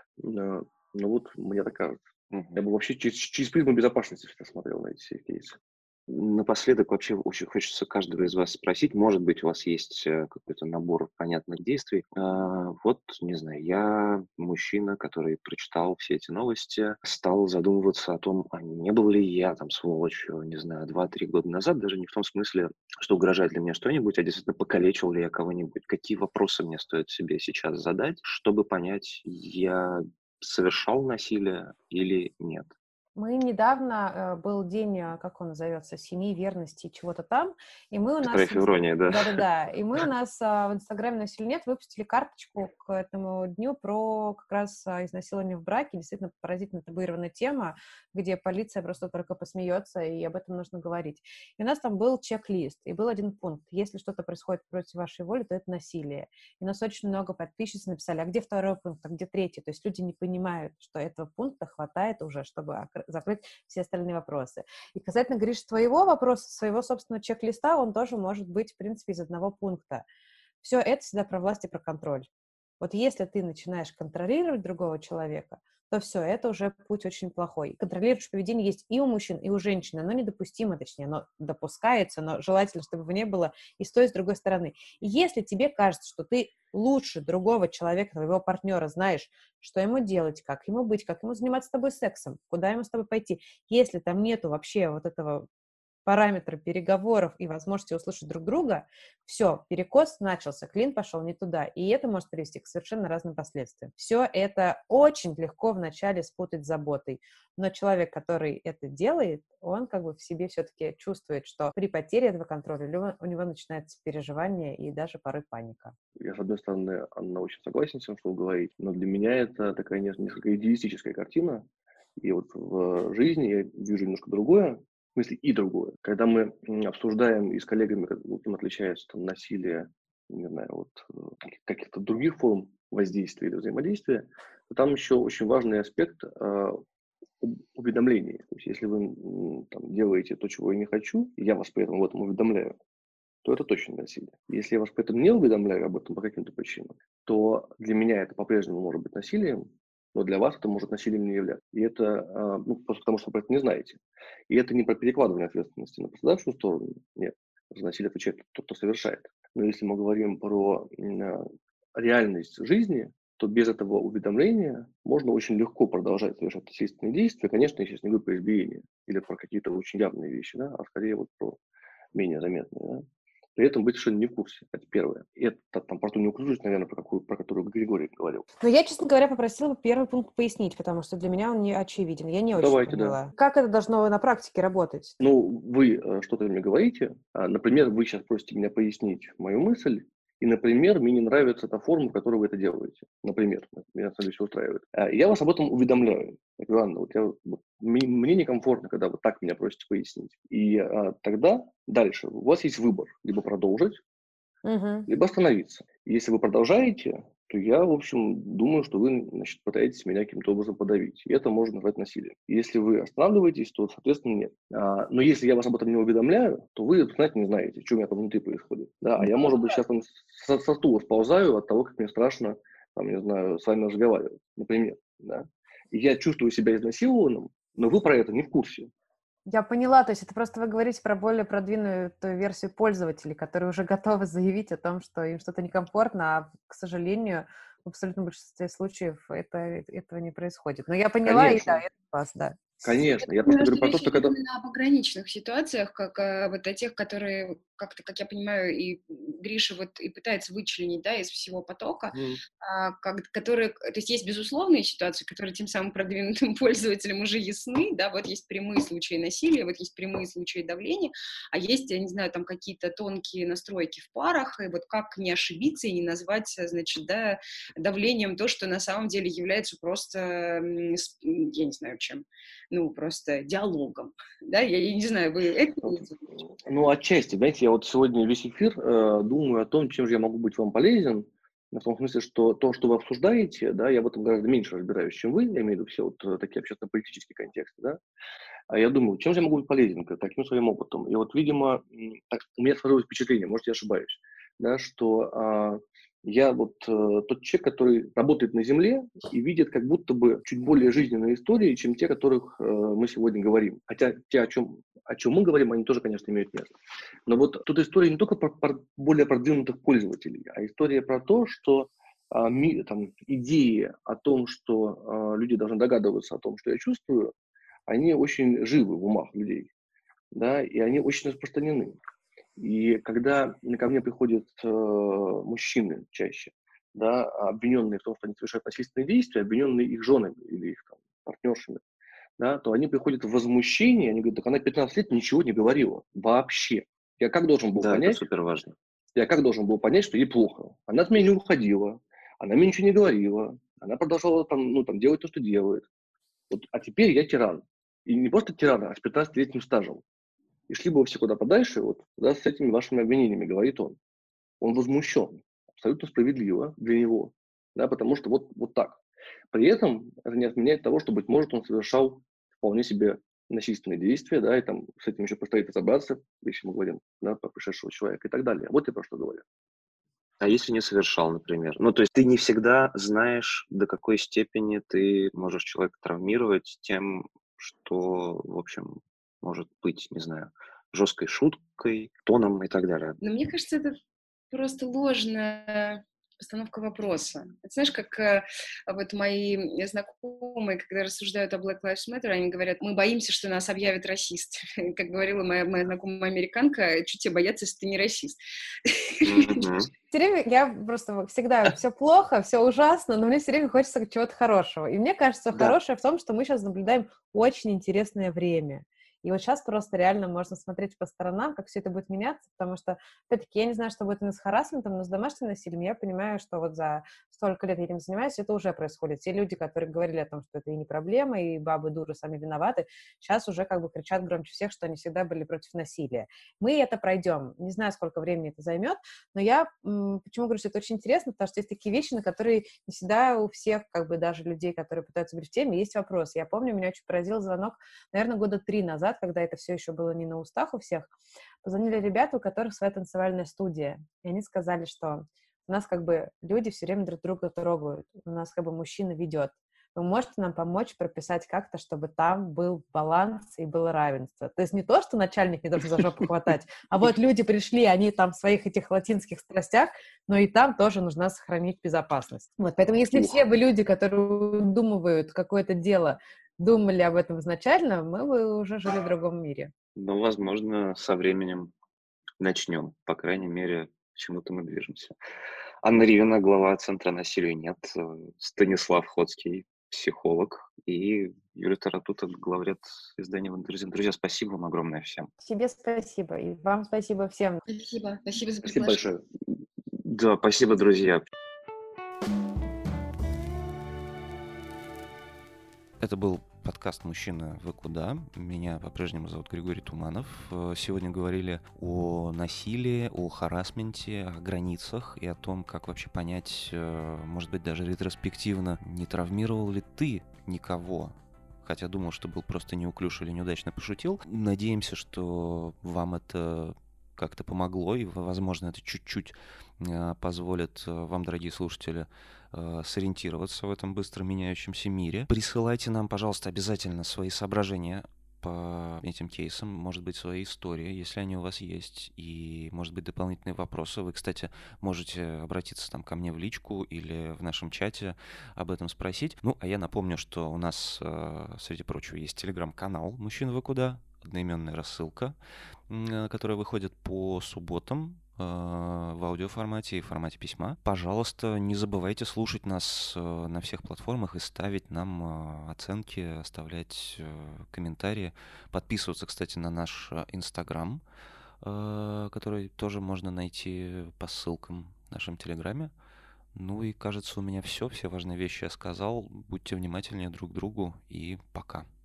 Но вот мне так кажется. Я бы вообще через призму безопасности всегда смотрел на эти все кейсы. Напоследок вообще очень хочется каждого из вас спросить, может быть, у вас есть какой-то набор понятных действий. Вот, не знаю, я мужчина, который прочитал все эти новости, стал задумываться о том, а не был ли я там сволочью, не знаю, 2-3 года назад, даже не в том смысле, что угрожает ли мне что-нибудь, а действительно покалечил ли я кого-нибудь. Какие вопросы мне стоит себе сейчас задать, чтобы понять, я совершал насилие или нет? Мы недавно, был день, как он назовется, семьи, верности, чего-то там, и мы у нас... Про Феврония, да. Да-да-да, и мы у нас в Инстаграме «Насилия нет» выпустили карточку к этому дню про как раз изнасилование в браке, действительно поразительно табуированная тема, где полиция просто только посмеется, и об этом нужно говорить. И у нас там был чек-лист, и был один пункт: если что-то происходит против вашей воли, то это насилие. И у нас очень много подписчиц написали: а где второй пункт, а где третий? То есть люди не понимают, что этого пункта хватает уже, чтобы закрыть все остальные вопросы. И касательно, Гриш, твоего вопроса, своего собственного чек-листа, он тоже может быть, в принципе, из одного пункта. Все это всегда про власть и про контроль. Вот если ты начинаешь контролировать другого человека, то все, это уже путь очень плохой. Контролирующее поведение есть и у мужчин, и у женщин. Оно недопустимо, точнее, оно допускается, но желательно, чтобы его не было и с той, и с другой стороны. И если тебе кажется, что ты лучше другого человека, твоего партнера, знаешь, что ему делать, как ему быть, как ему заниматься с тобой сексом, куда ему с тобой пойти, если там нету вообще вот этого параметры переговоров и возможности услышать друг друга, все, перекос начался, клин пошел не туда, и это может привести к совершенно разным последствиям. Все это очень легко вначале спутать с заботой, но человек, который это делает, он как бы в себе все-таки чувствует, что при потере этого контроля у него начинается переживание и даже порой паника. Я, с одной стороны, Анна, очень согласен с тем, что вы говорите, но для меня это такая несколько идеалистическая картина, и вот в жизни я вижу немножко другое, в смысле и другое. Когда мы обсуждаем и с коллегами, чем отличается там, насилие, не знаю, вот каких-то других форм воздействия или взаимодействия, то там еще очень важный аспект уведомления. То есть если вы там, делаете то, чего я не хочу, и я вас при этом в этом уведомляю, то это точно насилие. Если я вас при этом не уведомляю об этом по каким-то причинам, то для меня это по-прежнему может быть насилием, но для вас это может насилием не являться. И это просто потому, что вы про это не знаете. И это не про перекладывание ответственности на пострадавшую сторону. Нет. За насилие отвечает тот, кто совершает. Но если мы говорим про реальность жизни, то без этого уведомления можно очень легко продолжать совершать насильственные действия. Конечно, я сейчас не говорю про избиение или про какие-то очень явные вещи, да, а скорее вот про менее заметные. Да. При этом быть совершенно не в курсе. Это первое. И это там про ту неуклюжесть, наверное, про которую Григорий говорил. Но я, честно говоря, попросила бы первый пункт пояснить, потому что для меня он не очевиден. Я не очень поняла. Да. Как это должно на практике работать? Ну, вы что-то мне говорите. Например, вы сейчас просите меня пояснить мою мысль. И, например, мне не нравится та форма, в которой вы это делаете. Например, меня на самом деле все устраивает. Я вас об этом уведомляю. Я говорю: Анна, мне некомфортно, когда вы так меня просите пояснить. И тогда дальше у вас есть выбор. Либо продолжить, либо остановиться. И если вы продолжаете, то я, в общем, думаю, что вы, значит, пытаетесь меня каким-то образом подавить. И это можно назвать насилием. Если вы останавливаетесь, то, соответственно, нет. Но если я вас об этом не уведомляю, то вы, знаете, не знаете, что у меня там внутри происходит. Да? А я, может быть, сейчас там со стула сползаю от того, как мне страшно, там, не знаю, с вами разговаривать, например. Да? И я чувствую себя изнасилованным, но вы про это не в курсе. Я поняла, то есть это просто вы говорите про более продвинутую версию пользователей, которые уже готовы заявить о том, что им что-то некомфортно, а, к сожалению, в абсолютном большинстве случаев этого не происходит. Но я поняла, Конечно. И да, это класс, да. Конечно, я просто говорю про то, что когда... Именно о пограничных ситуациях, как вот о тех, которые, как-то, как я понимаю, и Гриша вот и пытается вычленить, да, из всего потока, которые, то есть безусловные ситуации, которые тем самым продвинутым пользователям уже ясны, да, вот есть прямые случаи насилия, вот есть прямые случаи давления, а есть, я не знаю, там какие-то тонкие настройки в парах, и вот как не ошибиться и не назвать, значит, да, давлением то, что на самом деле является просто, я не знаю, чем, просто диалогом, да, я не знаю, вы это... Ну, отчасти, знаете, я вот сегодня весь эфир думаю о том, чем же я могу быть вам полезен, В том смысле, что то, что вы обсуждаете, да, я в этом гораздо меньше разбираюсь, чем вы, я имею в виду все вот такие общественно-политические контексты, да, а я думаю, чем же я могу быть полезен, каким своим опытом. И вот, видимо, так, у меня сложилось впечатление, может, я ошибаюсь, да, что я вот тот человек, который работает на Земле и видит как будто бы чуть более жизненные истории, чем те, о которых мы сегодня говорим. Хотя те, о чем мы говорим, они тоже, конечно, имеют место. Но вот тут история не только про более продвинутых пользователей, а история про то, что идеи о том, что люди должны догадываться о том, что я чувствую, они очень живы в умах людей, да, и они очень распространены. И когда ко мне приходят мужчины чаще, да, обвиненные в том, что они совершают насильственные действия, обвиненные их женами или их партнершами, да, то они приходят в возмущение, они говорят, так она 15 лет ничего не говорила вообще. Я как должен был Да, это понять, супер важно. что ей плохо? Она от меня не уходила, она мне ничего не говорила, она продолжала делать то, что делает. Вот, а теперь я тиран. И не просто тиран, а с 15-летним стажем. И шли бы вы все куда подальше, вот, да, с этими вашими обвинениями, говорит он. Он возмущен. Абсолютно справедливо для него. Да, потому что вот так. При этом это не отменяет того, что, быть может, он совершал вполне себе насильственные действия, да, и там с этим еще предстоит разобраться, если мы говорим, да, про пришедшего человека и так далее. Вот я про что говорю. А если не совершал, например? Ну, то есть ты не всегда знаешь, до какой степени ты можешь человека травмировать тем, что, в общем, может быть, не знаю, жесткой шуткой, тоном и так далее. Но мне кажется, это просто ложная постановка вопроса. Это знаешь, как вот мои знакомые, когда рассуждают о Black Lives Matter, они говорят, мы боимся, что нас объявят расистами. Как говорила моя знакомая американка, чуть тебе бояться, если ты не расист. Все время я просто всегда все плохо, все ужасно, но мне все время хочется чего-то хорошего. И мне кажется, хорошее в том, что мы сейчас наблюдаем очень интересное время. И вот сейчас просто реально можно смотреть по сторонам, как все это будет меняться, потому что, опять-таки, я не знаю, что будет с харассментом, но с домашним насилием я понимаю, что вот за столько лет я этим занимаюсь, это уже происходит. Те люди, которые говорили о том, что это и не проблема, и бабы дуры сами виноваты, сейчас уже как бы кричат громче всех, что они всегда были против насилия. Мы это пройдем. Не знаю, сколько времени это займет, но я почему говорю, что это очень интересно, потому что есть такие вещи, на которые не всегда у всех, как бы даже людей, которые пытаются быть в теме, есть вопрос. Я помню, меня очень поразил звонок, наверное, 3 года назад, когда это все еще было не на устах у всех, позвонили ребята, у которых своя танцевальная студия, и они сказали, что у нас как бы люди все время друг друга трогают, у нас как бы мужчина ведет. Вы можете нам помочь прописать как-то, чтобы там был баланс и было равенство. То есть не то, что начальник не должен за жопу хватать, а вот люди пришли, они там в своих этих латинских страстях, но и там тоже нужно сохранить безопасность. Вот, поэтому если все бы люди, которые думают какое-то дело, думали об этом изначально, мы бы уже жили в другом мире. Ну, возможно, со временем начнем. По крайней мере, к чему-то мы движемся. Анна Ривина, глава Центра насилия нет, Станислав Ходский, психолог, и Юлия Таратута, главред издания «Вандерзин». Друзья, спасибо вам огромное всем. Тебе спасибо, и вам спасибо всем. Спасибо за приглашение. Спасибо большое. Да, спасибо, друзья. Это был подкаст «Мужчина, вы куда?». Меня по-прежнему зовут Григорий Туманов. Сегодня говорили о насилии, о харассменте, о границах и о том, как вообще понять, может быть, даже ретроспективно, не травмировал ли ты никого, хотя думал, что был просто неуклюж или неудачно пошутил. Надеемся, что вам это как-то помогло, и, возможно, это чуть-чуть позволит вам, дорогие слушатели, сориентироваться в этом быстро меняющемся мире. Присылайте нам, пожалуйста, обязательно свои соображения по этим кейсам, может быть, свои истории, если они у вас есть, и, может быть, дополнительные вопросы. Вы, кстати, можете обратиться там ко мне в личку или в нашем чате об этом спросить. Ну, а я напомню, что у нас, среди прочего, есть телеграм-канал «Мужчина, вы куда?», одноименная рассылка, которая выходит по субботам в аудиоформате и в формате письма. Пожалуйста, не забывайте слушать нас на всех платформах и ставить нам оценки, оставлять комментарии. Подписываться, кстати, на наш Инстаграм, который тоже можно найти по ссылкам в нашем Телеграме. Ну и, кажется, у меня все важные вещи я сказал. Будьте внимательнее друг к другу и пока.